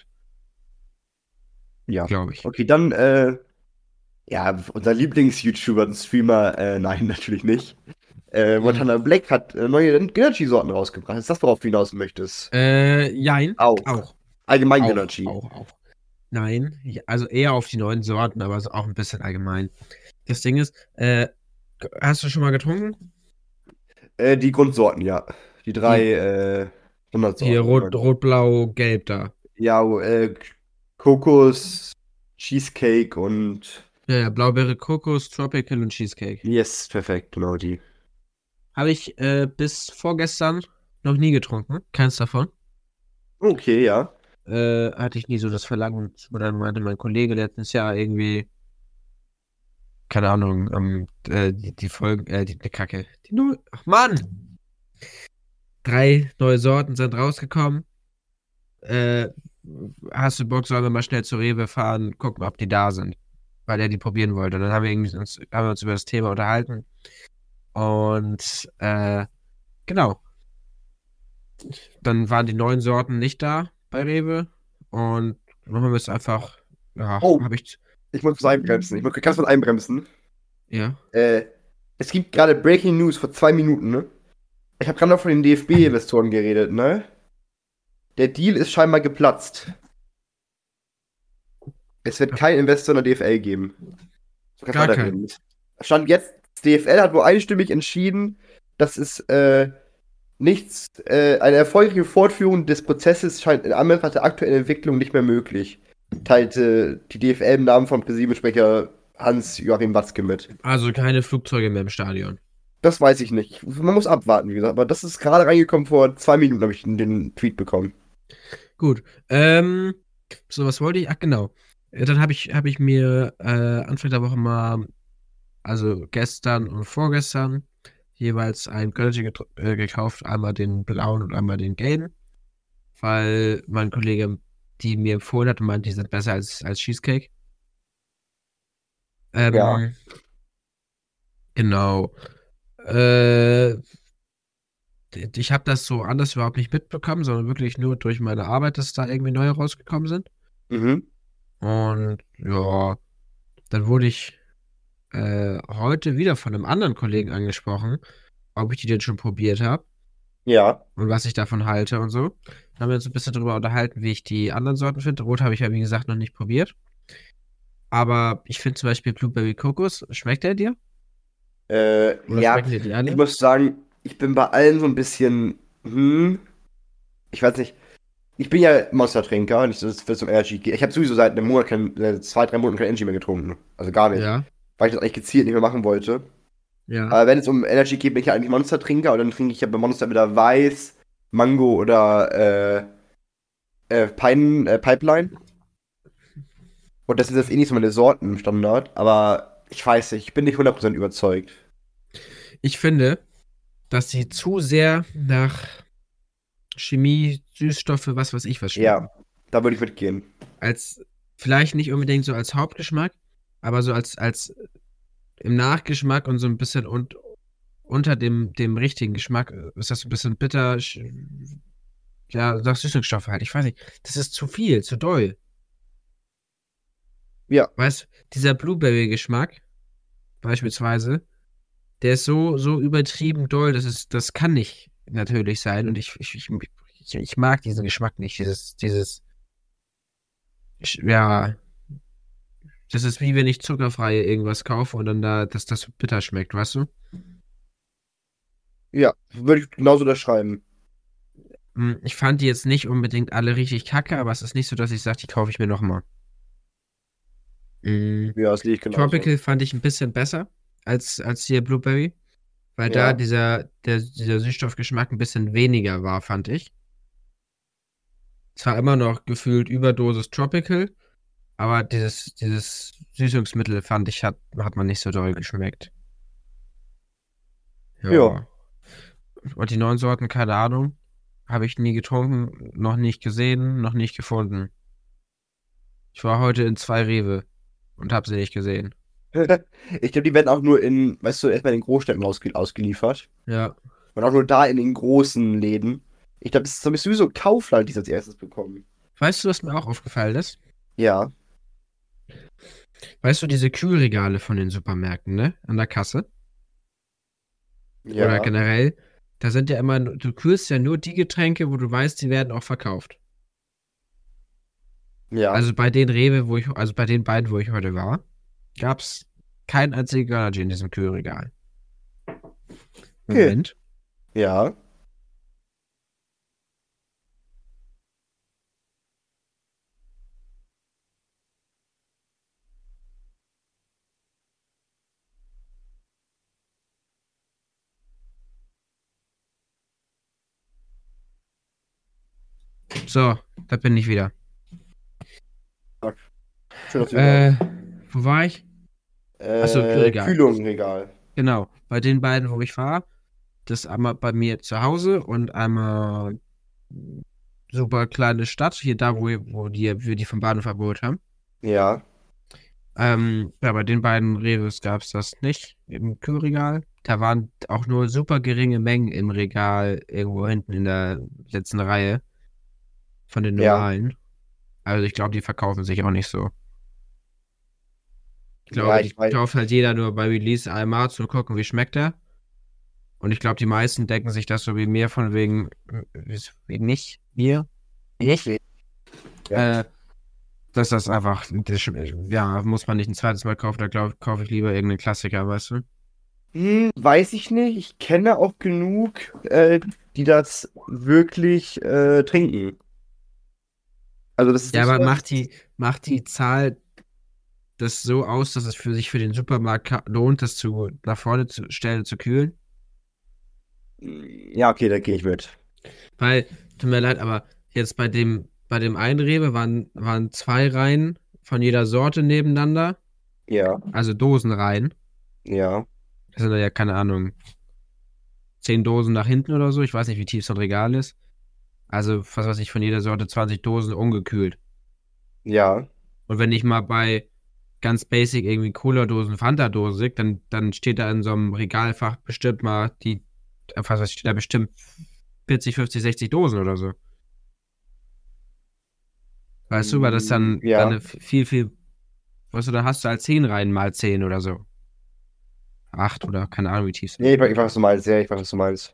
Ja. Glaube ich. Okay, dann, ja, unser Lieblings-YouTuber und Streamer, nein, natürlich nicht. Mhm. Montana Black hat neue Energy-Sorten rausgebracht. Ist das, worauf du hinaus möchtest? Jein. Auch. Auch. Allgemein Auch. Energy. Auch. Auch. Nein. Ja, also eher auf die neuen Sorten, aber so auch ein bisschen allgemein. Das Ding ist, hast du schon mal getrunken? Die Grundsorten, ja. Die Die drei hier Standardsorten. rot, rot, blau, gelb da. Ja, Kokos, Cheesecake und Ja, ja, Blaubeere, Kokos, Tropical und Cheesecake. yes, perfekt, genau die. Habe ich bis vorgestern noch nie getrunken. Keins davon. Okay, ja. Hatte ich nie so das Verlangen. Und dann meinte mein Kollege letztes Jahr irgendwie, keine Ahnung, die Folgen, die Kacke. Ach Mann! 3 neue Sorten sind rausgekommen. Äh, Hast du Bock, sollen wir mal schnell zu Rewe fahren, gucken, ob die da sind? Weil er die probieren wollte. Und dann haben wir uns über das Thema unterhalten. Und genau, dann waren die neuen Sorten nicht da bei Rewe. Und dann haben wir es einfach, ja, Oh, habe ich, ich muss was einbremsen. Kannst du was einbremsen? ja. Äh, Es gibt gerade Breaking News vor 2 Minuten, ne? Ich habe gerade noch von den DFB-Investoren geredet, ne? Der Deal ist scheinbar geplatzt. Es wird keinen Investor in der DFL geben. Du kannst Gar kein. weiterreden. Stand jetzt, das DFL hat wohl einstimmig entschieden, dass es eine erfolgreiche Fortführung des Prozesses scheint in Anbetracht der aktuellen Entwicklung nicht mehr möglich, teilte die DFL im Namen von Präsidiumsprecher Hans-Joachim Watzke mit. Also keine Flugzeuge mehr im Stadion. Das weiß ich nicht. Man muss abwarten, wie gesagt. Aber das ist gerade reingekommen, vor 2 Minuten habe ich den Tweet bekommen. Gut. So, was wollte ich? Ach, genau. Dann hab ich mir Anfang der Woche mal, also gestern und vorgestern, jeweils ein Gönnerchen gekauft. Einmal den blauen und einmal den gelben. Weil mein Kollege die mir empfohlen hat und meinte, die sind besser als Cheesecake. Ja. Ähm, genau. Äh, Ich habe das so anders überhaupt nicht mitbekommen, sondern wirklich nur durch meine Arbeit, dass da irgendwie neue rausgekommen sind. Mhm. Und ja, dann wurde ich heute wieder von einem anderen Kollegen angesprochen, ob ich die denn schon probiert habe Ja. und was ich davon halte und so. Dann haben wir uns ein bisschen darüber unterhalten, wie ich die anderen Sorten finde. Rot habe ich ja, wie gesagt, noch nicht probiert. Aber ich finde zum Beispiel Blueberry Kokos, schmeckt der dir? Oder Ja, schmecken dir die ich alle? muss sagen, ich bin bei allen so ein bisschen Hm, ich weiß nicht. Ich bin ja Monster-Trinker und das wird zum Energy. Ich habe sowieso seit einem Monat, 2, 3 Monaten kein Energy mehr getrunken. Also gar nicht. Ja, Weil ich das eigentlich gezielt nicht mehr machen wollte. ja. Aber wenn es um Energy geht, bin ich ja eigentlich Monster-Trinker und dann trinke ich ja bei Monster wieder Weiß, Mango oder Pipeline. Und das ist jetzt eh nicht so meine Sorten im Standard, aber ich weiß nicht, ich bin nicht 100% überzeugt. Ich finde, dass sie zu sehr nach Chemie, Süßstoffe, was weiß ich was schmecken. Ja, da würde ich mitgehen. Als, vielleicht nicht unbedingt so als Hauptgeschmack, aber so als im Nachgeschmack und so ein bisschen unter dem richtigen Geschmack ist das so ein bisschen bitter, ja, nach Süßungsstoffe halt. Ich weiß nicht. Das ist zu viel, zu doll. Ja, Weißt, dieser Blueberry-Geschmack beispielsweise, der ist so übertrieben doll, das kann nicht natürlich sein. Und ich mag diesen Geschmack nicht. Ja, das ist wie wenn ich zuckerfreie irgendwas kaufe und dann dass das so bitter schmeckt, weißt du? ja, würde ich genauso unterschreiben. Ich fand die jetzt nicht unbedingt alle richtig kacke, aber es ist nicht so, dass ich sage, die kaufe ich mir nochmal. Ja, das sehe ich genauso. Tropical fand ich ein bisschen besser als hier Blueberry, weil da Ja, dieser Süßstoffgeschmack ein bisschen weniger war, fand ich. Zwar immer noch gefühlt Überdosis Tropical, aber dieses Süßungsmittel fand ich, hat man nicht so doll geschmeckt. ja. Ja. Und die neuen Sorten, keine Ahnung. Habe ich nie getrunken, noch nicht gesehen, noch nicht gefunden. Ich war heute in 2 Rewe und habe sie nicht gesehen. Ich glaube, die werden auch nur weißt du, erstmal in den Großstädten ausgeliefert. Ja. Und auch nur da in den großen Läden. Ich glaube, das ist sowieso Kaufland, die es als erstes bekommen. Weißt du, was mir auch aufgefallen ist? Ja, Weißt du, diese Kühlregale von den Supermärkten, ne? An der Kasse? Oder ja, generell, da sind ja immer, du kühlst ja nur die Getränke, wo du weißt, die werden auch verkauft. ja. Also bei den Rewe, also bei den beiden, wo ich heute war, gab es kein einziger Gönnergy in diesem Kühlregal. Okay. Moment. Ja. So, da bin ich wieder. Schön, dass du wieder Äh, bist. wo war ich? Achso, Kühlregal. Kühlungsregal. Genau. Bei den beiden, wo ich war, das einmal bei mir zu Hause und einmal super kleine Stadt, hier da, wir die vom Bahnhof abgeholt haben. Ja, Ja, bei den beiden Reves gab es das nicht im Kühlregal. Da waren auch nur super geringe Mengen im Regal irgendwo hinten in der letzten Reihe von den ja. normalen. Also ich glaube, die verkaufen sich auch nicht so. Ich Ja, glaube, die ich weiß. kauft halt jeder nur bei Release einmal zu gucken, wie schmeckt der. Und ich glaube, die meisten denken sich das so wie mir von wegen, wegen nicht, mir, ich, Ja. äh, dass das einfach, ja, muss man nicht ein zweites Mal kaufen, da kaufe ich lieber irgendeinen Klassiker, weißt du? Weiß ich nicht. Ich kenne auch genug, die das wirklich trinken. Also das ist Ja, nicht so, aber dass macht die Zahl das so aus, dass es sich für den Supermarkt lohnt, das nach vorne zu stellen, zu kühlen? Ja, okay, da gehe ich mit. Weil, tut mir leid, aber jetzt bei dem einen Rewe waren 2 Reihen von jeder Sorte nebeneinander, Ja, also Dosenreihen. ja, Das sind ja, keine Ahnung, 10 Dosen nach hinten oder so. Ich weiß nicht, wie tief so ein Regal ist. Also, was weiß ich, von jeder Sorte 20 Dosen ungekühlt. ja, Und wenn ich mal bei ganz basic irgendwie Cola-Dosen, Fanta-Dosen sehe, dann steht da in so einem Regalfach bestimmt mal was weiß ich, steht da bestimmt 40, 50, 60 Dosen oder so. Weißt du, weil das dann ja. eine viel, weißt du, dann hast du halt 10 Reihen mal 10 oder so. 8 oder keine Ahnung, wie tief es Nee, ist. ich weiß, was du meinst. Ja, ich weiß, was du meinst.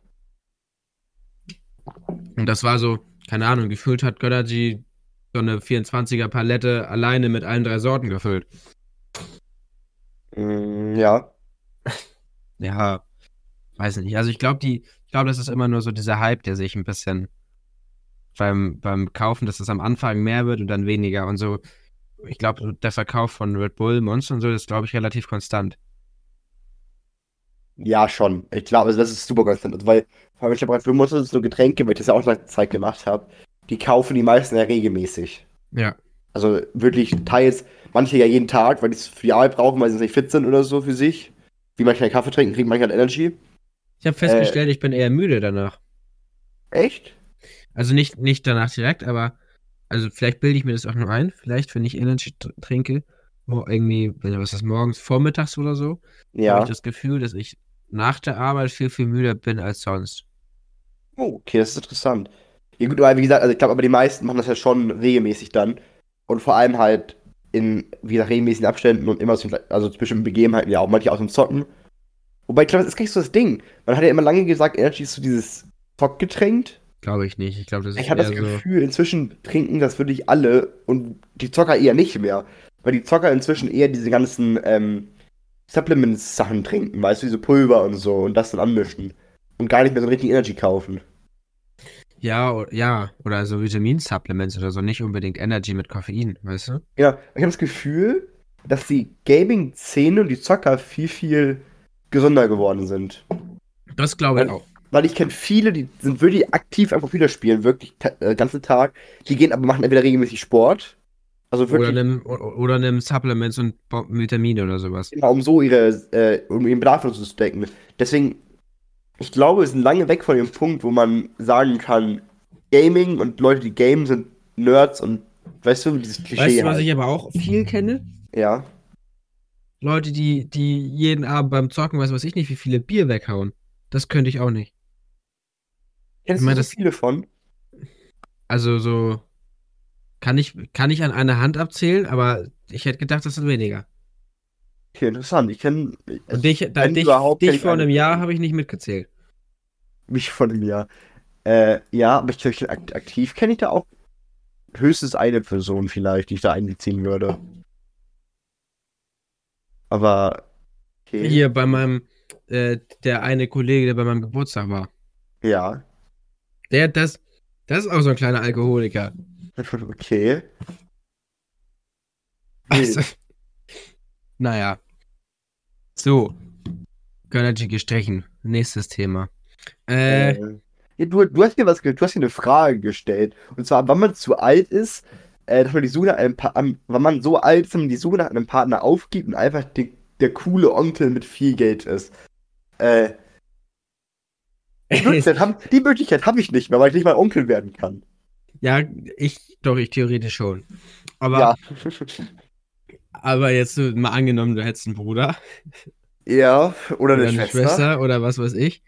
Und das war so, keine Ahnung, gefühlt hat Gönnergy so eine 24er Palette alleine mit allen 3 Sorten gefüllt. Ja, Ja, weiß nicht. Also ich glaube, glaube, das ist immer nur so dieser Hype, der sich ein bisschen beim Kaufen, dass es am Anfang mehr wird und dann weniger und so. Ich glaube, der Verkauf von Red Bull, Monster und so ist, glaube ich, relativ konstant. Ja, schon. Ich glaube, also das ist super konstant. Also, weil, vor allem, ich habe für Mutter so Getränke, weil ich das ja auch lange Zeit gemacht habe, die kaufen die meisten ja regelmäßig. Ja. Also wirklich teils, manche ja jeden Tag, weil die es für die Arbeit brauchen, weil sie nicht fit sind oder so für sich. Wie manche einen Kaffee trinken, kriegen manche halt Energy. Ich habe Äh, festgestellt, ich bin eher müde danach. echt? Also nicht danach direkt, aber also vielleicht bilde ich mir das auch nur ein. Vielleicht, wenn ich Energy trinke, irgendwie, was ist das, morgens, vormittags oder so, habe ich Ja. das Gefühl, dass ich nach der Arbeit viel, viel müder bin als sonst. Oh, okay, das ist interessant. Ja gut, aber wie gesagt, also ich glaube, aber die meisten machen das ja schon regelmäßig dann. Und vor allem halt in, wie gesagt, regelmäßigen Abständen und immer also zu bestimmten Begebenheiten, ja auch manche aus dem Zocken. Wobei, ich glaube, das ist gar nicht so das Ding. Man hat ja immer lange gesagt, Energy ist so dieses Zockgetränk. Glaube ich nicht. Ich glaube, das Ich ist habe das eher so. Gefühl, inzwischen trinken das wirklich alle und die Zocker eher nicht mehr. Weil die Zocker inzwischen eher diese ganzen Supplements-Sachen trinken, weißt du, diese Pulver und so und das dann anmischen. Und gar nicht mehr so richtig Energy kaufen. Ja, ja, oder so Vitamin-Supplements oder so, nicht unbedingt Energy mit Koffein, weißt du? Ja, ich habe das Gefühl, dass die Gaming-Szene und die Zocker viel, viel gesünder geworden sind. Das glaube ich Weil, auch. weil ich kenne viele, die sind wirklich aktiv am Computer spielen, wirklich den ganzen Tag. Die gehen aber machen entweder regelmäßig Sport, also wirklich, Oder nimm Supplements und Vitamine oder sowas. genau, um so um ihren Bedarf zu decken. Deswegen, ich glaube, wir sind lange weg von dem Punkt, wo man sagen kann, Gaming und Leute, die gamen, sind Nerds und, weißt du, dieses Weißt Klischee du, was halt. ich aber auch viel kenne? Ja. Leute, die jeden Abend beim Zocken, weiß ich nicht, wie viele Bier weghauen. Das könnte ich auch nicht. Ich Kennst du meine, so das, viele von? also so, kann ich an einer Hand abzählen, aber ich hätte gedacht, das sind weniger. Okay, interessant. Und Wenn überhaupt, kenne dich ich vor eine einem Jahr Person. habe ich nicht mitgezählt. Mich von einem Jahr. Ja, aber aktiv kenne ich da auch höchstens eine Person vielleicht, die ich da einbeziehen würde. Aber, okay. Hier bei der eine Kollege, der bei meinem Geburtstag war. Ja. Der, das, das ist auch so ein kleiner Alkoholiker. Okay. Also, Wild. naja. So, Gönnergy gestrichen. Nächstes Thema. Äh, Ja, du hast mir du hast mir eine Frage gestellt. Und zwar, wann man zu alt ist, dass man die Suche nach wann man so alt ist, dass man die Suche nach einem Partner aufgibt und einfach der coole Onkel mit viel Geld ist. Äh, die Möglichkeit habe ich nicht mehr, weil ich nicht mal Onkel werden kann. ja, ich theoretisch schon. Ja. Aber jetzt so mal angenommen, du hättest einen Bruder Ja, oder oder eine eine Schwester. Schwester oder was weiß ich.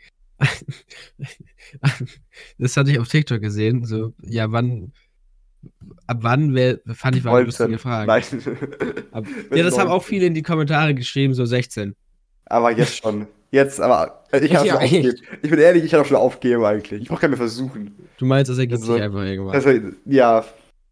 Das hatte ich auf TikTok gesehen. So, ja, ab wann war eine lustige 19. Frage. Nein. Ja, Mit das haben auch 19. viele in die Kommentare geschrieben, so 16. Aber jetzt schon. Jetzt, aber ich kann schon Ja, aufgeben. echt. Ich bin ehrlich, ich kann auch schon aufgeben eigentlich. Ich brauche gar nicht mehr versuchen. Du meinst, das ergibt sich Also, einfach irgendwann. also, ja.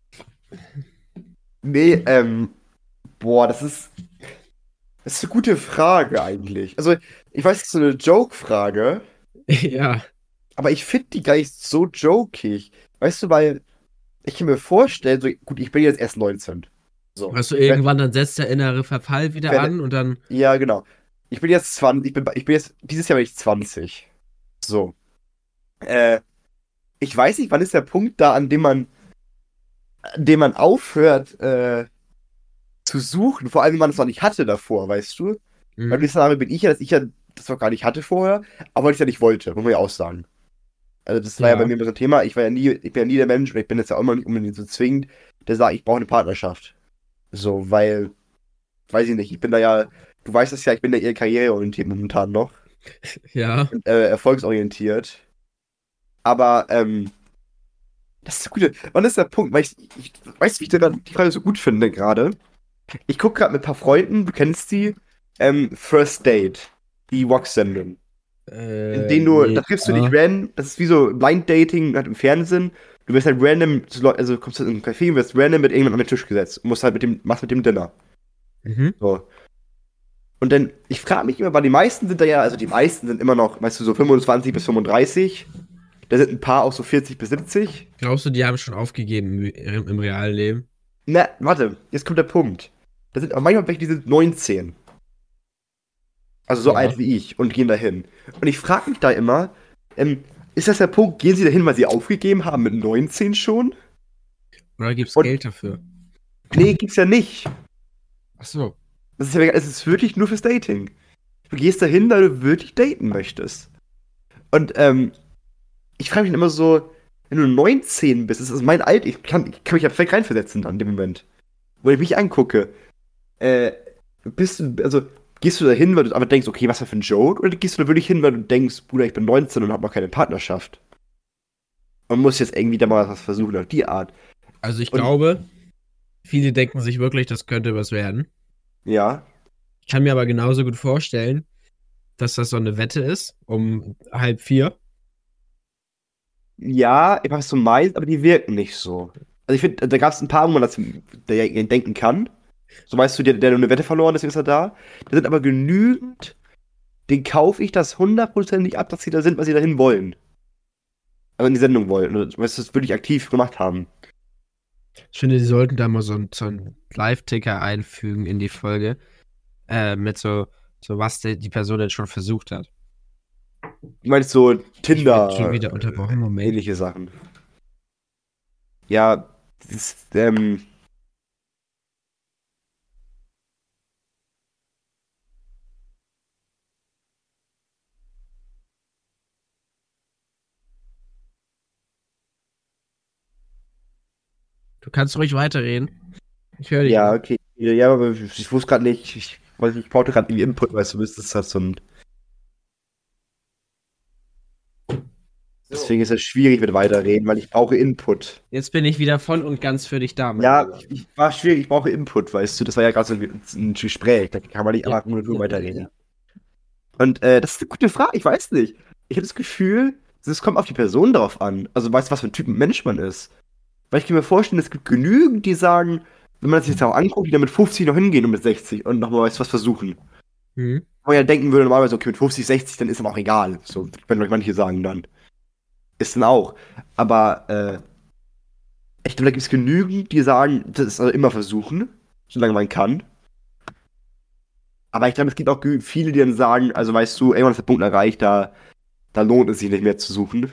Nee, boah, das ist eine gute Frage eigentlich. Also, ich weiß, das ist so eine Joke-Frage, Ja. aber ich finde die gar nicht so jokig. Weißt du, weil ich kann mir vorstellen, so, gut, ich bin jetzt erst 19. So. Weißt du, irgendwann dann setzt der innere Verfall wieder Werde, an und dann. ja, genau. Ich bin jetzt 20, ich bin jetzt, dieses Jahr bin ich 20. So. Äh, ich weiß nicht, wann ist der Punkt da, an dem man aufhört, zu suchen, vor allem wenn man es noch nicht hatte davor, weißt du? Weil Mhm. die Szenario bin ich ja, dass ich ja das noch gar nicht hatte vorher, aber ich es ja nicht wollte, muss man ja auch sagen. Also das war ja bei Ja. mir immer so ein Thema, ich bin ja nie der Mensch, und ich bin jetzt ja auch immer nicht unbedingt so zwingend, der sagt, ich brauche eine Partnerschaft. So, weil, weiß ich nicht, ich bin da ja, du weißt es ja, ich bin da eher karriereorientiert momentan noch Ja. und erfolgsorientiert. Aber, das ist eine gute, wann ist der Punkt? Weil ich weiß, wie ich die Frage so gut finde gerade. Ich gucke gerade mit ein paar Freunden, du kennst die, First Date, die Vox-Sendung. In denen da Nee. triffst du dich Ja. random, das ist wie so Blind Dating halt im Fernsehen. Du wirst halt random, also kommst du in ein Café und wirst random mit irgendjemandem an den Tisch gesetzt und musst halt machst mit dem Dinner. Mhm. So. Und dann, ich frage mich immer, weil die meisten sind da ja, also die meisten sind immer noch, weißt du, so 25 bis 35. Da sind ein paar auch so 40 bis 70. Glaubst du, die haben schon aufgegeben im realen Leben? Na, warte, jetzt kommt der Punkt. Da sind auch manchmal welche, die sind 19. Also so Ja. alt wie ich und gehen dahin. Und ich frage mich da immer, ist das der Punkt, gehen sie dahin, weil sie aufgegeben haben mit 19 schon? Oder gibt's Und Geld dafür? nee, gibt's ja nicht. Ach so. Das ist ja, es ist wirklich nur fürs Dating. Du gehst dahin, weil du wirklich daten möchtest. Und ich frage mich immer so, wenn du 19 bist, das ist mein Alter, ich kann mich ja perfekt reinversetzen dann in dem Moment. Wo ich mich angucke, äh, also gehst du da hin, weil du aber denkst, okay, was für ein Joke? Oder gehst du da wirklich hin, weil du denkst, Bruder, ich bin 19 und habe noch keine Partnerschaft? Man muss jetzt irgendwie da mal was versuchen auf die Art. Also ich Und glaube, viele denken sich wirklich, das könnte was werden. ja, Ich kann mir aber genauso gut vorstellen, dass das so eine Wette ist, um 3:30. ja, ich weiß, was du meinst, aber die wirken nicht so. Also ich finde, da gab es ein paar, wo man das denken kann. So weißt du, der eine Wette verloren, deswegen ist er da. Da sind aber genügend, den kaufe ich das hundertprozentig ab, dass sie da sind, weil sie dahin wollen. Also in die Sendung wollen. Oder weißt du, das wirklich aktiv gemacht haben. Ich finde, sie sollten da mal so einen Live-Ticker einfügen in die Folge, mit so was die Person jetzt schon versucht hat. Du meinst so Ich werde schon Tinder, wieder unterbrochen, Moment. ähnliche Sachen. Ja, das ist, Du kannst ruhig weiterreden. Ich höre dich ja, noch. okay. Ja, aber ich wusste gerade nicht, ich brauchte gerade irgendwie Input, weißt du, müsstest halt so ein. So, Deswegen ist es schwierig mit weiterreden, weil ich brauche Input. jetzt bin ich wieder voll und ganz für dich da, mein Ja, Lieber. ich war schwierig, ich brauche Input, weißt du, das war ja gerade so ein Gespräch, da kann man nicht Ja, einfach nur ja, weiterreden. ja. Und das ist eine gute Frage, ich weiß nicht. Ich habe das Gefühl, es kommt auf die Person drauf an. Also weißt du, was für ein Typ Mensch man ist. Weil ich kann mir vorstellen, es gibt genügend, die sagen, wenn man sich das auch anguckt, die dann mit 50 noch hingehen und mit 60 und nochmal was versuchen. Mhm. Wo man ja denken würde, normalerweise, okay, mit 50, 60, dann ist dann auch egal. So, wenn manche sagen dann. Ist dann auch. Aber ich glaube, da gibt es genügend, die sagen, das ist also immer versuchen, solange man kann. Aber ich glaube, es gibt auch viele, die dann sagen, also weißt du, irgendwann ist der Punkt erreicht, da lohnt es sich nicht mehr zu suchen.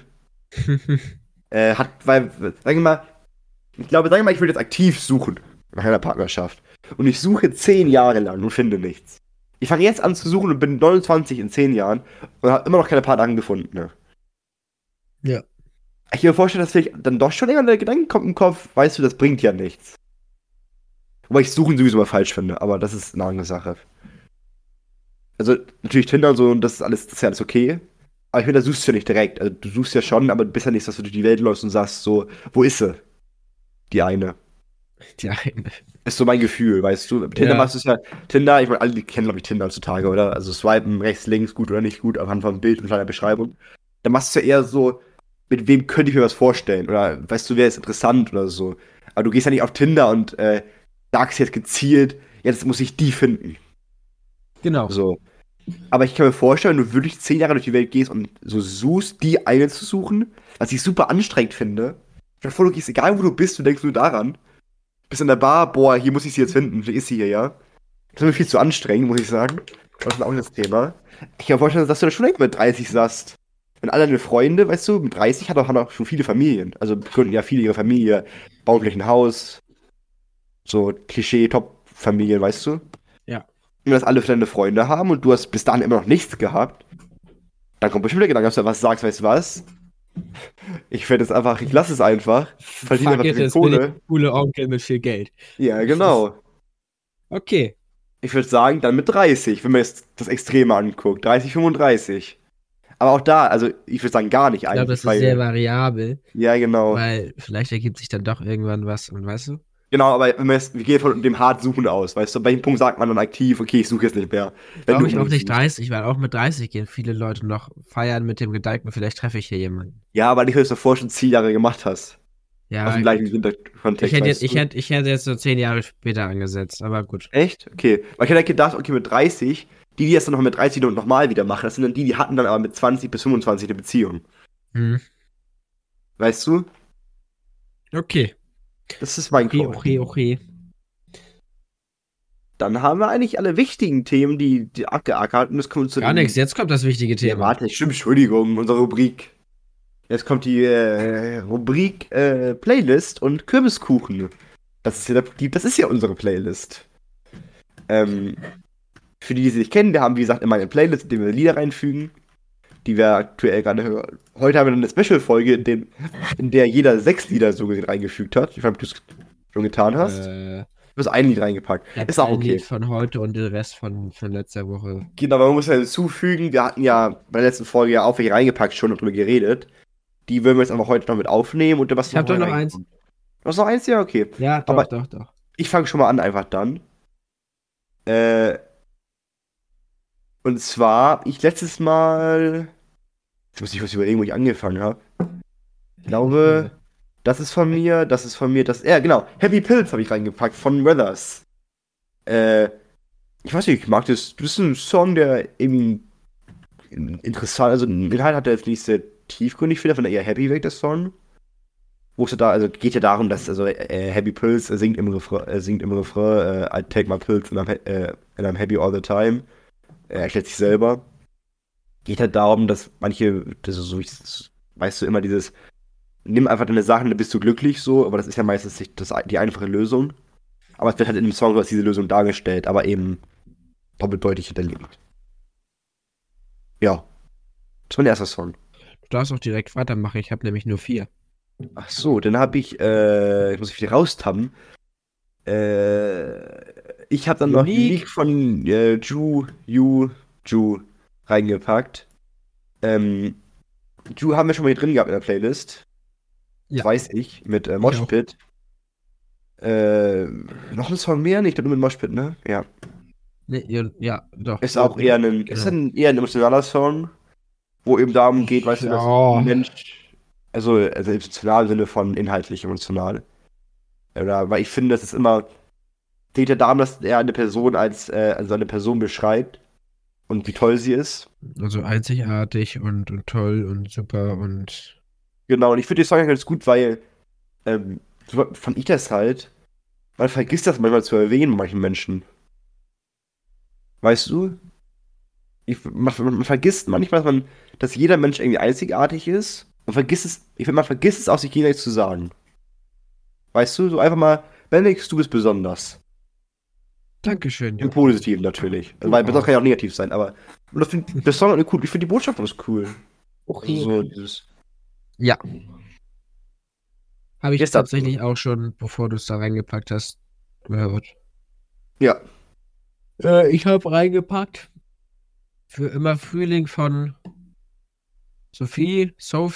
Weil, sag ich mal, sag ich mal, ich will jetzt aktiv suchen nach einer Partnerschaft. Und ich suche 10 Jahre lang und finde nichts. Ich fange jetzt an zu suchen und bin 29 in 10 Jahren und habe immer noch keine Partnerin gefunden. Ne? Ja. Ich kann mir vorstellen, dass vielleicht dann doch schon irgendwann der Gedanke kommt im Kopf, weißt du, das bringt ja nichts. Wobei ich Suchen sowieso mal falsch finde, aber das ist eine andere Sache. Also natürlich Tinder und so, und das ist ja alles okay. Aber ich finde, da suchst du ja nicht direkt. Also du suchst ja schon, aber du bist ja nicht, dass du durch die Welt läufst und sagst so, wo ist sie? Die eine. Die eine. Ist so mein Gefühl, weißt du. Tinder Ja. machst du es ja, Tinder, ich meine, alle kennen, glaube ich, Tinder heutzutage, oder? Also swipen rechts, links, gut oder nicht gut, anhand von Bild und kleiner Beschreibung. Da machst du ja eher so, mit wem könnte ich mir was vorstellen? Oder weißt du, wer ist interessant oder so. Aber du gehst ja nicht auf Tinder und sagst jetzt gezielt, jetzt muss ich die finden. Genau. So. Aber ich kann mir vorstellen, wenn du wirklich 10 Jahre durch die Welt gehst und so suchst, die eine zu suchen, was ich super anstrengend finde. Stell dir vor, du gehst, egal wo du bist, du denkst nur daran. Bist in der Bar, boah, hier muss ich sie jetzt finden. Vielleicht ist sie hier, ja. Das ist mir viel zu anstrengend, muss ich sagen. Das ist auch das Thema. Ich kann mir vorstellen, dass du da schon längst mit 30 sagst. Wenn alle deine Freunde, weißt du, mit 30 haben auch schon viele Familien. Also gründen ja viele ihre Familie, bauen vielleicht ein Haus. So Klischee-Top-Familien, weißt du? Ja. Und das alle deine Freunde haben und du hast bis dahin immer noch nichts gehabt. Dann kommt bestimmt der Gedanke, dass du was sagst, weißt du was? Ich werde es einfach, ich lasse es einfach. Verdiene Fuck einfach it, viel jetzt bin ich Kohle. ein cooler Onkel mit viel Geld. Ja, genau. Okay. Ich würde sagen, dann mit 30, wenn man jetzt das Extreme anguckt. 30, 35. Aber auch da, also ich würde sagen, gar nicht Ich glaube, eigentlich, das ist sehr weil. variabel, Ja, genau. weil vielleicht ergibt sich dann doch irgendwann was und weißt du? Genau, aber wenn wir gehen von dem hart Suchen aus, weißt du, bei welchem Punkt sagt man dann aktiv, okay, ich suche jetzt nicht mehr. Wenn Glaube du ich auch unbedingt nicht suchst. 30, weil auch mit 30 gehen viele Leute noch feiern mit dem Gedanken, vielleicht treffe ich hier jemanden. Ja, aber nicht, weil du es davor schon 10 Jahre gemacht hast. Aus Ja, dem gleichen gut. Hinterkontext, weißt du? Ich hätte jetzt so 10 Jahre später angesetzt, aber gut. Echt? Okay. Weil ich hätte gedacht, okay, mit 30 Die das dann noch mit 30 und nochmal wieder machen, das sind dann die hatten dann aber mit 20 bis 25 eine Beziehung. Hm. Weißt du? Okay. Das ist mein Okay, Call. okay. Dann haben wir eigentlich alle wichtigen Themen, die abgeackert. Und jetzt kommen wir zu Gar nichts, jetzt kommt das wichtige Ja, Thema. warte, stimmt, Entschuldigung, unsere Rubrik. Jetzt kommt die Rubrik Playlist und Kürbiskuchen. Das ist ja unsere Playlist. Für die, die sie nicht kennen, wir haben, wie gesagt, immer eine Playlist, in der wir Lieder reinfügen, die wir aktuell gerade hören. Heute haben wir dann eine Special-Folge, in der jeder 6 Lieder so gesehen reingefügt hat. Ich weiß nicht, ob du es schon getan hast. Du hast ein Lied reingepackt. Ist auch ein okay. Lied von heute und den Rest von letzter Woche. Genau, aber man muss ja hinzufügen, wir hatten ja bei der letzten Folge ja auch welche reingepackt schon und drüber geredet. Die würden wir jetzt einfach heute noch mit aufnehmen und was Ich hab doch noch eins. Du hast noch eins? Ja, okay. Ja, Aber doch. ich fange schon mal an einfach dann. Und zwar, ich letztes Mal. Jetzt muss ich was überlegen, wo ich angefangen habe. Ich glaube, das ist von mir, ja, genau. Happy Pills habe ich reingepackt von Weathers. Ich weiß nicht, ich mag das. Das ist ein Song, der irgendwie interessant, also den Inhalt hat er jetzt nicht sehr tiefgründig, finde, von der eher happy weg, der Song. Wo es ja da, also geht ja darum, dass also Happy Pills singt im Refrain, I take my pills and I'm happy all the time. Er erklärt sich selber. Geht halt darum, dass manche, das ist so, weißt du, immer dieses, nimm einfach deine Sachen, dann bist du glücklich so, aber das ist ja meistens nicht die einfache Lösung. Aber es wird halt in dem Song so als diese Lösung dargestellt, aber eben doppeldeutig hinterlegt. Ja. Das war mein erster Song. Du darfst auch direkt weitermachen, ich habe nämlich nur 4. Ach so, dann habe ich muss ich wieder raustabben. Ich habe dann noch Unique von Ju reingepackt. Ju haben wir schon mal hier drin gehabt in der Playlist. Ja. Weiß ich, mit Moshpit. Noch ein Song mehr? Nicht, nur mit Moshpit, ne? Ja. Nee, ja, doch. Ist auch eher ist eher ein emotionaler Song, wo eben darum geht, weißt du, dass ein Mensch, also emotional im Sinne von inhaltlich emotional. Oder, weil ich finde, das ist immer, geht ja darum, dass er eine Person als eine Person beschreibt und wie toll sie ist. Also einzigartig und toll und super und. Genau, und ich finde die Song ganz gut, weil so fand ich das halt, man vergisst das manchmal zu erwähnen bei manchen Menschen. Weißt du? Man vergisst manchmal, dass jeder Mensch irgendwie einzigartig ist. Man vergisst es, ich finde, man vergisst es auch, sich gegenseitig zu sagen. Weißt du, so einfach mal, Bendix, du bist besonders. Dankeschön, Im Positiven natürlich. Also, weil besonders kann ja auch negativ sein, aber der Song ist cool. Ich finde die Botschaft ist cool. Okay. So dieses. Ja. Habe ich Jetzt tatsächlich auch schon, bevor du es da reingepackt hast, gehört. Ja. Ich habe reingepackt für immer Frühling von Sophie,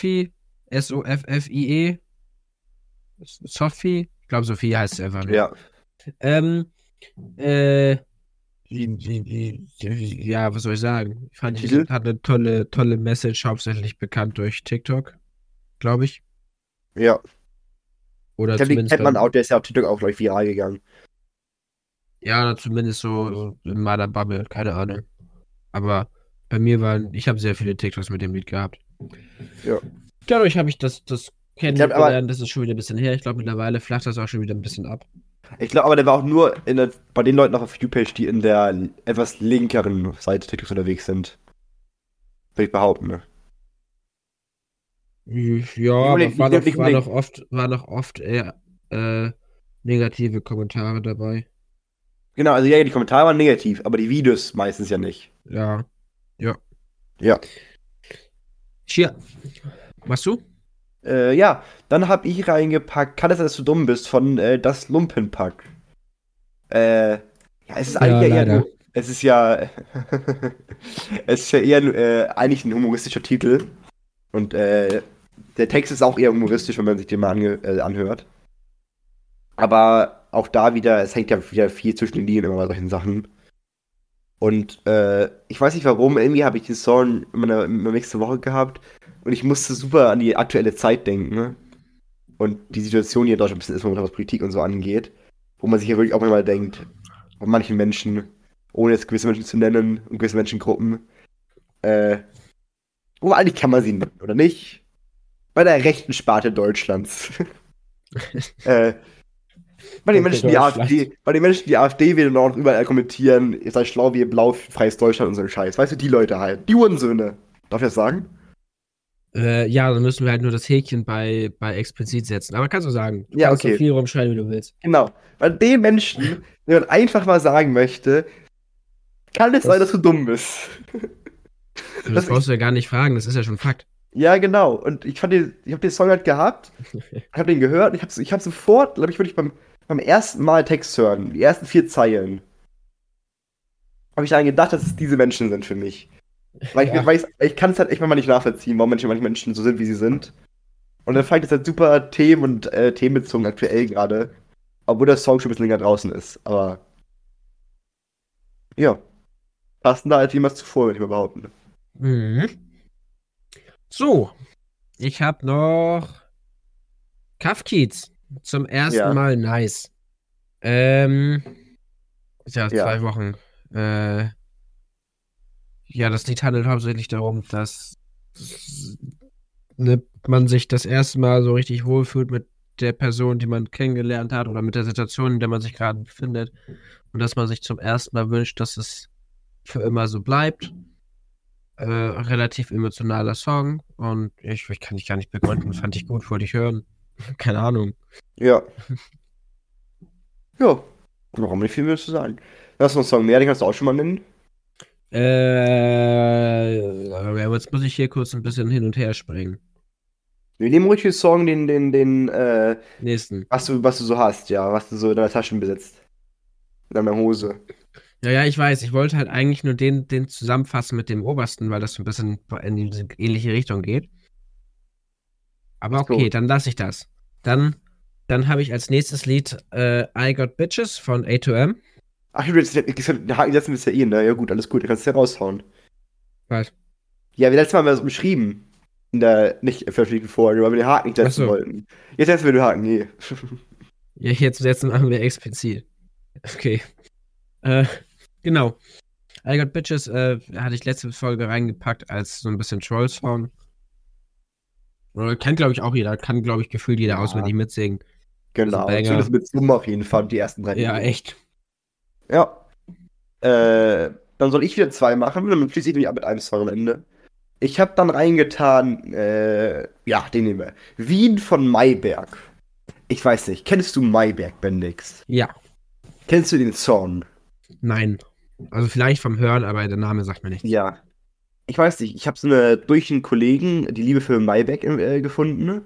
Sophie, Sophie, ich glaube Sophie heißt sie einfach nur. Ja. Ja, was soll ich sagen? Ich fand, die hat eine tolle Message, hauptsächlich bekannt durch TikTok, glaube ich. Ja. Oder zumindest kennt man auch, der ist ja auf TikTok auch, glaube ich, viral gegangen. Ja, oder zumindest so in meiner Bubble, keine Ahnung. Aber bei mir ich habe sehr viele TikToks mit dem Lied gehabt. Ja. Dadurch habe ich das kennengelernt, das ist schon wieder ein bisschen her. Ich glaube, mittlerweile flacht das auch schon wieder ein bisschen ab. Ich glaube aber, der war auch nur bei den Leuten auf YouPage, die in der etwas linkeren Seite TikToks unterwegs sind. Würde ich behaupten, ne? Ja, aber war noch oft eher negative Kommentare dabei. Genau, also ja, die Kommentare waren negativ, aber die Videos meistens ja nicht. Ja. Ja. Ja. Tja. Machst du? Ja, dann habe ich reingepackt, kann es sein, dass du dumm bist, von Das Lumpenpack. Ja, es ist eigentlich ja eher nur, es ist ja es ist ja eher eigentlich ein humoristischer Titel. Und der Text ist auch eher humoristisch, wenn man sich den mal anhört. Aber auch da wieder, es hängt ja wieder viel zwischen den Linien immer bei solchen Sachen. Und ich weiß nicht warum, irgendwie habe ich den Song in meiner nächste Woche gehabt und ich musste super an die aktuelle Zeit denken. Ne? Und die Situation hier in Deutschland ein bisschen ist, momentan was Politik und so angeht. Wo man sich ja wirklich auch immer denkt, bei manchen Menschen, ohne jetzt gewisse Menschen zu nennen und gewisse Menschengruppen. Äh, aber eigentlich kann man sie nennen, oder nicht? Bei der rechten Sparte Deutschlands. äh, bei den Menschen, die AfD wählen und auch überall kommentieren, ihr seid schlau wie ihr blau, freies Deutschland und so ein Scheiß. Weißt du, die Leute halt. Die Hurensöhne. Darf ich das sagen? Ja, dann müssen wir halt nur das Häkchen bei explizit setzen. Aber kannst du sagen. Du Ja, kannst so okay. viel rumschreien, wie du willst. Genau. Bei den Menschen, die man einfach mal sagen möchte, kann es sein, dass du dumm bist. Das brauchst du ja gar nicht fragen, das ist ja schon Fakt. Ja, genau. Und ich habe den Song halt gehabt, habe den gehört und ich hab sofort, glaube ich, wirklich beim ersten Mal Text hören, die ersten 4 Zeilen, habe ich dann gedacht, dass es diese Menschen sind für mich. Weil Ja. ich kann es halt echt mal nicht nachvollziehen, warum manche Menschen so sind, wie sie sind. Und dann fand ich das halt super themenbezogen aktuell gerade. Obwohl der Song schon ein bisschen länger draußen ist. Aber ja, passender als jemals zuvor, würde ich mal behaupten. Mhm. So, ich habe noch Kafkiez. Zum ersten Ja, Mal nice. Ja, ja, 2 Wochen. Äh, ja, das Lied handelt hauptsächlich darum, dass man sich das erste Mal so richtig wohlfühlt mit der Person, die man kennengelernt hat oder mit der Situation, in der man sich gerade befindet. Und dass man sich zum ersten Mal wünscht, dass es für immer so bleibt. Relativ emotionaler Song und ich kann dich gar nicht begründen, fand ich gut, wollte ich hören. Keine Ahnung. ja. Ja, warum nicht viel mehr zu sagen? Du hast noch einen Song mehr, den kannst du auch schon mal nennen. Jetzt muss ich hier kurz ein bisschen hin und her springen. Wir nehmen ruhig den Song, Nächsten. was du so hast, ja, was du so in deiner Tasche besitzt. In deiner Hose. Ja, ich weiß, ich wollte halt eigentlich nur den zusammenfassen mit dem obersten, weil das so ein bisschen in diese ähnliche Richtung geht. Aber okay, So. dann lasse ich das. Dann habe ich als nächstes Lied I Got Bitches von A2M. Ach, den Haken setzen wir es ja eh, ne? Ja gut, alles gut, dann kannst du ja raushauen. Was? Ja, wir letztes Mal haben wir das beschrieben. In der nicht veröffentlichten Folge, weil wir den Haken nicht setzen Achso, wollten. Jetzt setzen wir den Haken, nee. ja, jetzt machen wir explizit. Okay. Äh, genau. I Got Bitches hatte ich letzte Folge reingepackt als so ein bisschen Troll-Song. Kennt, glaube ich, auch jeder. Kann, glaube ich, gefühlt jeder Ja, auswendig mitsingen. Das ist ein genau. Banger. Zumindest mit Zoom auf jeden Fall, die ersten 3 Ja, Minuten. echt. Ja. Dann soll ich wieder 2 machen, dann schließe ich mich ab mit einem Song am Ende. Ich habe dann reingetan, ja, den nehmen wir. Wien von Mayberg. Ich weiß nicht, kennst du Mayberg, Bendix? Ja, Kennst du den Song? nein. Also vielleicht vom Hören, aber der Name sagt mir nichts. Ja. Ich weiß nicht, ich habe durch einen Kollegen die Liebe für Mayberg gefunden.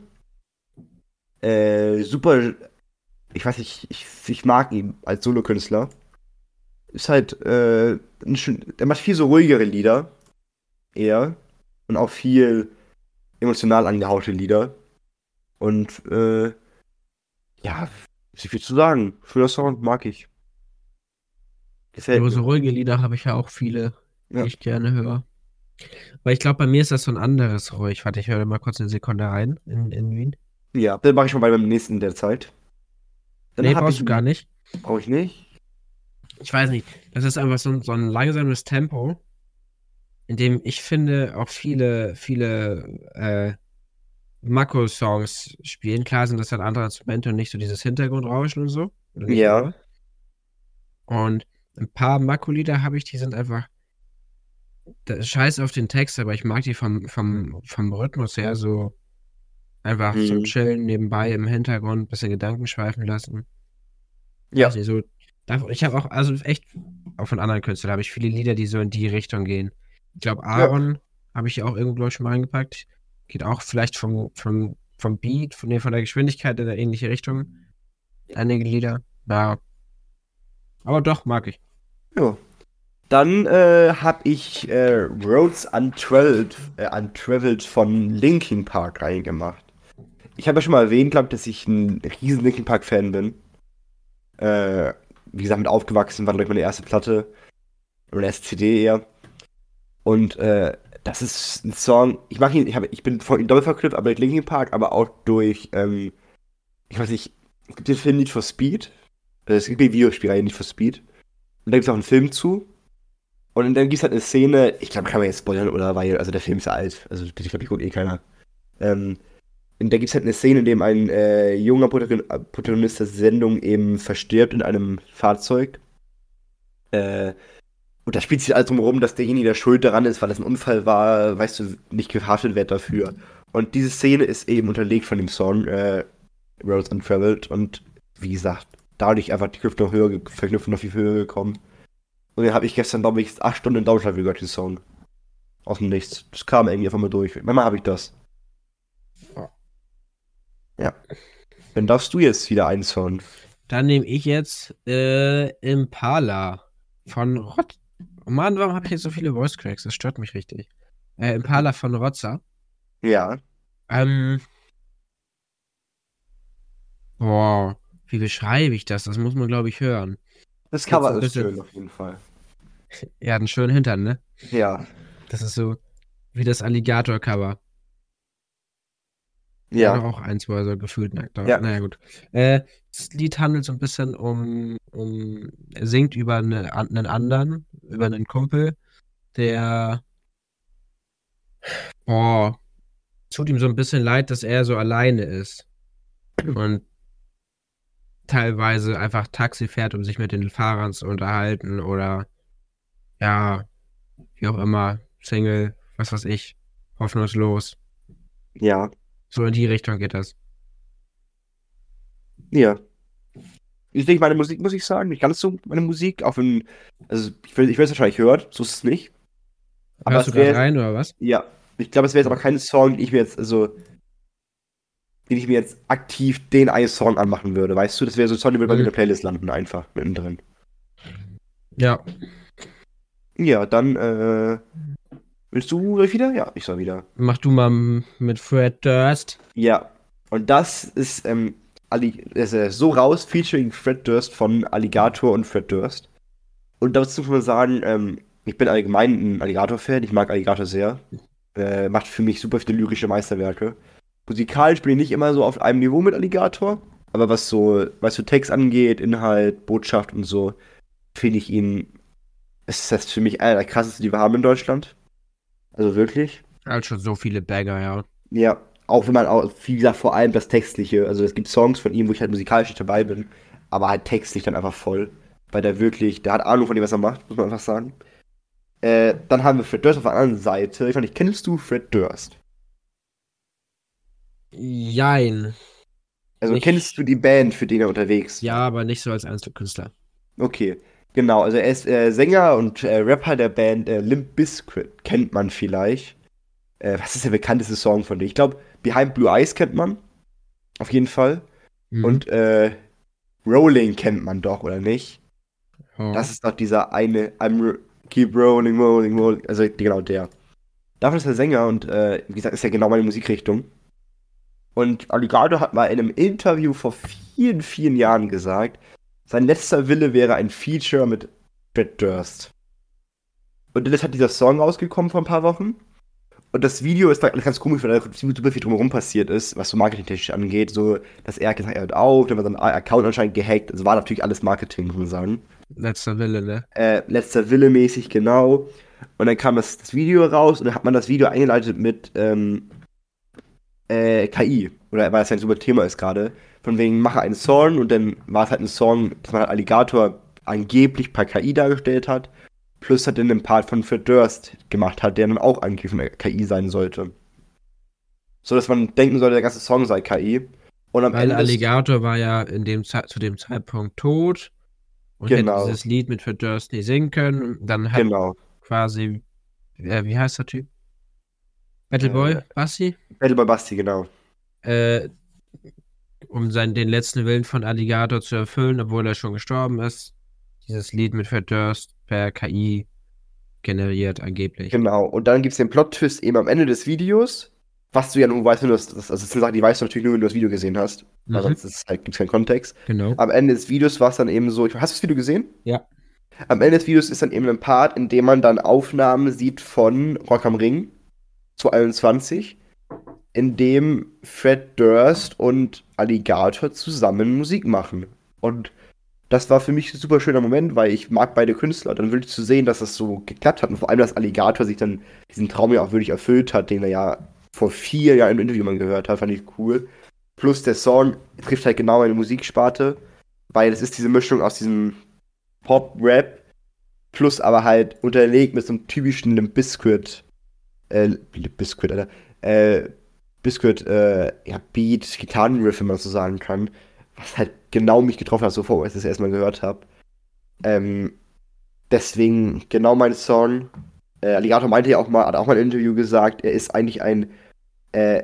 Super, ich mag ihn als Solokünstler. Ist halt, der macht viel so ruhigere Lieder, eher. Und auch viel emotional angehauchte Lieder. Und, ja, ist viel zu sagen. Schöner Sound, mag ich. Gefällt So mir. ruhige Lieder habe ich ja auch viele, die Ja. ich gerne höre. Aber ich glaube, bei mir ist das so ein anderes ruhig. Warte, ich höre mal kurz eine Sekunde rein in Wien. Ja, dann mache ich mal beim nächsten der Zeit. Dann Nee, habe brauchst ich, du gar nicht. brauche ich nicht. Ich weiß nicht. Das ist einfach so ein langsames Tempo, in dem ich finde, auch viele Mako-Songs spielen. Klar sind das halt andere Instrumente und nicht so dieses Hintergrundrauschen und so. Oder nicht Ja, immer. Und ein paar Mako-Lieder habe ich, die sind einfach scheiß auf den Text, aber ich mag die vom Rhythmus her so einfach zum hm. Chillen nebenbei im Hintergrund, bisschen Gedanken schweifen lassen. Ja, Weiß nicht, so. Ich habe auch, also echt, auch von anderen Künstlern habe ich viele Lieder, die so in die Richtung gehen. Ich glaube, ja, Aaron habe ich auch irgendwo, glaub ich, schon mal reingepackt. Geht auch vielleicht vom Beat, von der Geschwindigkeit in eine ähnliche Richtung. Einige Lieder. Ja. Aber doch, mag ich. ja. Dann habe ich Roads Untraveled von Linkin Park reingemacht. Ich habe ja schon mal erwähnt, glaube dass ich ein riesen Linkin Park-Fan bin. Wie gesagt, mit aufgewachsen, war, glaube ich, meine erste Platte. Oder erste CD eher. Und das ist ein Song, ich mag ihn, ich bin von ihm doppelt verknüpft, aber durch Linkin Park, aber auch durch, ich weiß nicht, es gibt den Film Need for Speed. Es gibt die Videospielreihe Need for Speed. Und da gibt es auch einen Film zu. Und dann gibt es halt eine Szene, ich glaube, kann man jetzt spoilern, oder? Weil, also der Film ist ja alt, also ich glaube, die guckt eh keiner. Ähm, und da gibt es halt eine Szene, in dem ein junger Protagonist der Sendung eben verstirbt in einem Fahrzeug. Äh, und da spielt sich alles drumherum, dass derjenige, der schuld daran ist, weil das ein Unfall war, weißt du, nicht gehaftet wird dafür. Und diese Szene ist eben unterlegt von dem Song Roads Untraveled. Und wie gesagt, dadurch einfach die Knöpfe noch höher, verknüpft noch viel höher gekommen. Und den habe ich gestern, glaube ich, 8 Stunden in Dauerschleife gehört, den Song. Aus dem Nichts. Das kam irgendwie einfach mal durch. Manchmal habe ich das. Ja. Dann darfst du jetzt wieder einen Song. Dann nehme ich jetzt Impala von Rot. Oh Mann, warum habe ich jetzt so viele Voice Cracks? Das stört mich richtig. Impala von Rotzer. Ja. Ähm, boah, wie beschreibe ich das? Das muss man, glaube ich, hören. Das Geht so Cover ein ist bisschen. schön, auf jeden Fall. Er hat einen schönen Hintern, ne? Ja. Das ist so wie das Alligator-Cover. Er hat Ja. doch auch eins, wo er so gefühlt nackt da. Ja. Naja, gut. Das Lied handelt so ein bisschen er singt über einen anderen, über einen Kumpel, der, boah, tut ihm so ein bisschen leid, dass er so alleine ist und teilweise einfach Taxi fährt, um sich mit den Fahrern zu unterhalten oder, ja, wie auch immer, Single, was weiß ich, hoffnungslos. Ja. So in die Richtung geht das. Ja. Ist nicht meine Musik, muss ich sagen. Nicht ganz so meine Musik. Auch wenn, also ich will es wahrscheinlich hört, so ist es nicht. Aber Hörst du es gerade wäre, rein oder was? ja. Ich glaube, es wäre jetzt aber kein Song, den ich mir jetzt aktiv den einen Song anmachen würde, weißt du? Das wäre so ein Song, der würde bei mir in Mhm. der Playlist landen, einfach mittendrin. Ja. Ja, dann, willst du soll ich wieder? Ja, ich soll wieder. Mach du mal mit Fred Durst. Ja. Und das ist, so raus, featuring Fred Durst von Alligator und Fred Durst. Und dazu muss man sagen, ich bin allgemein ein Alligator-Fan, ich mag Alligator sehr. Macht für mich super viele lyrische Meisterwerke. Musikalisch bin ich nicht immer so auf einem Niveau mit Alligator, aber was so Text angeht, Inhalt, Botschaft und so, finde ich ihn, ist das für mich einer der krassesten, die wir haben in Deutschland. Also wirklich. Halt schon so viele Bagger, ja. Ja, auch wenn man auch, wie gesagt, vor allem das Textliche, also es gibt Songs von ihm, wo ich halt musikalisch nicht dabei bin, aber halt textlich dann einfach voll. Weil der hat Ahnung von dem, was er macht, muss man einfach sagen. Dann haben wir Fred Durst auf der anderen Seite. Ich weiß nicht, kennst du Fred Durst? Jein. Also kennst Nicht. du die Band, für die er unterwegs Ja, war? aber nicht so als Einzelkünstler. Okay, genau. Also er ist Sänger und Rapper der Band Limp Bizkit. Kennt man vielleicht. Was ist der bekannteste Song von denen? Ich glaube, Behind Blue Eyes kennt man. Auf jeden Fall. Mhm. Und Rolling kennt man doch, oder nicht? Ja. Das ist doch dieser eine Keep rolling, rolling, rolling. Also genau der. Davon ist er Sänger und wie gesagt, ist ja genau meine Musikrichtung. Und Alligator hat mal in einem Interview vor vielen, vielen Jahren gesagt, sein letzter Wille wäre ein Feature mit Fred Durst. Und dann ist halt dieser Song rausgekommen vor ein paar Wochen. Und das Video ist alles ganz komisch, weil da super viel drumherum passiert ist, was so marketingtechnisch angeht. So, dass er gesagt hat, er hört auf, dann war sein Account anscheinend gehackt. Also war natürlich alles Marketing, muss man sagen. Letzter Wille, ne? Letzter Wille mäßig, genau. Und dann kam das Video raus und dann hat man das Video eingeleitet mit KI. Oder weil es ja ein super Thema ist gerade. Von wegen, mache einen Song und dann war es halt ein Song, dass man halt Alligator angeblich per KI dargestellt hat. Plus hat dann einen Part von Fred Durst gemacht hat, der dann auch angeblich von der KI sein sollte. So dass man denken sollte, der ganze Song sei KI. Und am Weil Ende ist. Alligator war ja zu dem Zeitpunkt tot und hätte Genau, dieses Lied mit Fred Durst nicht singen können. Dann hat genau. quasi, wie heißt der Typ? Äh, Battleboy, Bassi? Battle by Basti, genau. Äh, um den letzten Willen von Alligator zu erfüllen, obwohl er schon gestorben ist. Dieses Lied mit Fred Durst per KI generiert, angeblich. Genau. Und dann gibt es den Plot-Twist eben am Ende des Videos. Was du ja nur weißt, wenn du also das ist eine Sache, die weißt du natürlich nur, wenn du das Video gesehen hast. Weil Mhm, sonst gibt es keinen Kontext. genau. Am Ende des Videos war es dann eben so, hast du das Video gesehen? Ja. Am Ende des Videos ist dann eben ein Part, in dem man dann Aufnahmen sieht von Rock am Ring 2021, in dem Fred Durst und Alligator zusammen Musik machen. Und das war für mich ein super schöner Moment, weil ich mag beide Künstler. Dann wirklich zu sehen, dass das so geklappt hat und vor allem, dass Alligator sich dann diesen Traum ja auch wirklich erfüllt hat, den er ja vor 4 Jahren im Interview mal gehört hat, fand ich cool. Plus der Song trifft halt genau meine Musiksparte, weil es ist diese Mischung aus diesem Pop-Rap plus aber halt unterlegt mit so einem typischen Limp Bizkit, Limp Bizkit, Alter, äh, Bizkit, ja, Beat, Gitarrenriff, wenn man so sagen kann, was halt genau mich getroffen hat, so vor, als ich das erstmal gehört habe. Ähm, Deswegen genau mein Song. Alligator meinte ja auch mal, hat auch mal im Interview gesagt, er ist eigentlich ein äh,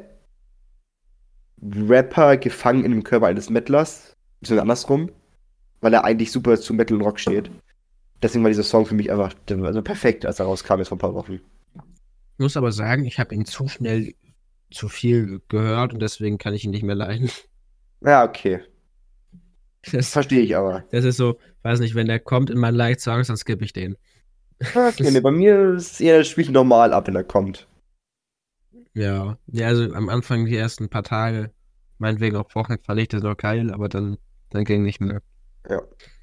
Rapper gefangen in dem Körper eines Metalers, beziehungsweise andersrum, weil er eigentlich super zu Metal und Rock steht. Deswegen war dieser Song für mich einfach also perfekt, als er rauskam jetzt vor ein paar Wochen. Ich muss aber sagen, ich habe ihn zu schnell zu viel gehört und deswegen kann ich ihn nicht mehr leiden. Ja, okay. Das, Verstehe ich aber. das ist so, weiß nicht, wenn der kommt in meinen Liked Songs, dann skippe ich den. Okay, ne, Das, bei mir ist eher das Spiel normal ab, wenn er kommt. ja. Ja, also am Anfang die ersten paar Tage, meinetwegen auch Wochen, fand ich das noch geil, aber dann ging nicht mehr. Ja.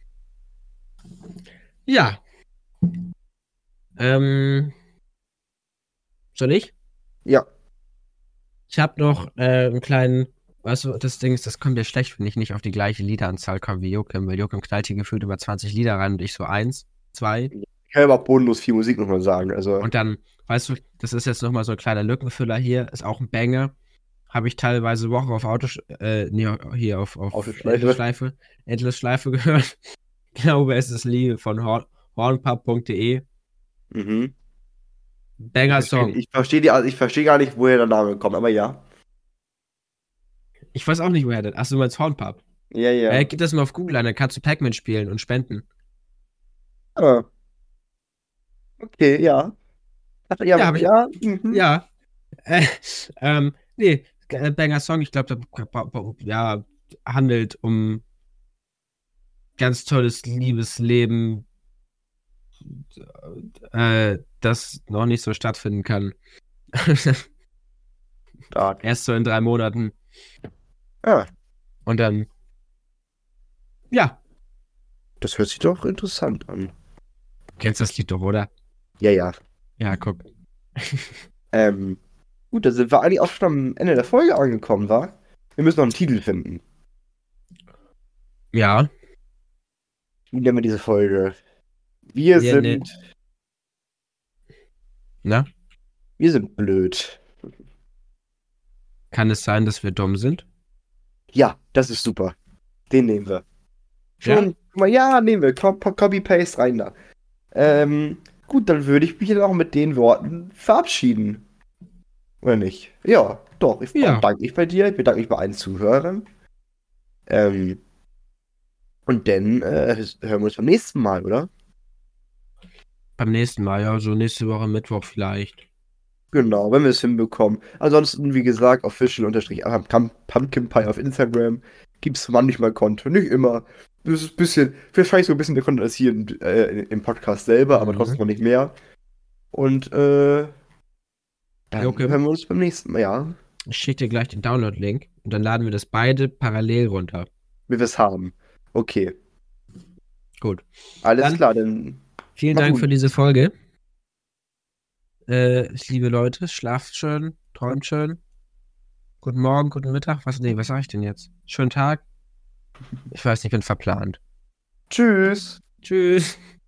Ja, ähm, soll ich? Ja. Ich habe noch einen kleinen, weißt du, das Ding ist, das kommt ja schlecht, wenn ich nicht auf die gleiche Liederanzahl komme wie Joachim, weil Joachim knallt hier gefühlt über 20 Lieder rein und ich so eins, zwei. Ich kann aber auch bodenlos viel Musik, muss man sagen. Also, Und dann, weißt du, das ist jetzt nochmal so ein kleiner Lückenfüller hier, ist auch ein Banger. Habe ich teilweise Wochen auf nee, hier auf Autoschleife. Endlosschleife gehört. Ich glaube, es ist Liebe von hornpub.de. Mhm. Banger Song. Ich verstehe gar nicht, woher der Name kommt, aber ja. Ich weiß auch nicht, woher das. Achso, du meinst Hornpub. Ja, ja. Gib das mal auf Google ein, dann kannst du Pac-Man spielen und spenden. Ah, okay, ja. Ach, ja, Ja, habe ich. ja, mhm. Ja. Äh, nee, Banger Song, ich glaube, ja, handelt um ganz tolles Liebesleben, das noch nicht so stattfinden kann. Stark. Erst so in 3 Monaten. Ah, Und dann, ja, das hört sich doch interessant an. kennst das Lied doch, oder? Ja, ja. Ja, guck. Ähm, gut, da sind wir eigentlich auch schon am Ende der Folge angekommen, wa? Wir müssen noch einen Titel finden. Ja, Wie nennen wir diese Folge? Wir ja, ne, sind, na, wir sind blöd. kann es sein, dass wir dumm sind? Ja, das ist super. Den nehmen wir. Ja? Schon, guck mal, ja, nehmen wir. Copy-Paste rein da. Gut, dann würde ich mich dann auch mit den Worten verabschieden. Oder nicht? Ja, doch. Dann Ja, danke ich bei dir. Ich bedanke mich bei allen Zuhörern. Ähm, und dann hören wir uns beim nächsten Mal, oder? beim nächsten Mal, ja, so nächste Woche Mittwoch vielleicht. Genau, wenn wir es hinbekommen. Ansonsten, wie gesagt, Pumpkin Pie auf Instagram. Gibt es manchmal Content, nicht immer. Das ist ein bisschen, wahrscheinlich so ein bisschen der Content als hier im Podcast selber, aber Mhm. trotzdem noch nicht mehr. Und dann Joachim, hören wir uns beim nächsten Mal, ja. ich schicke dir gleich den Download-Link und dann laden wir das beide parallel runter. Wir es haben. Okay, Gut. alles Dann klar, dann vielen mach's Dank für gut. diese Folge. Liebe Leute, schlaft schön, träumt schön. Guten Morgen, guten Mittag. Was sage ich denn jetzt? Schönen Tag. Ich weiß nicht, bin verplant. Tschüss. Tschüss.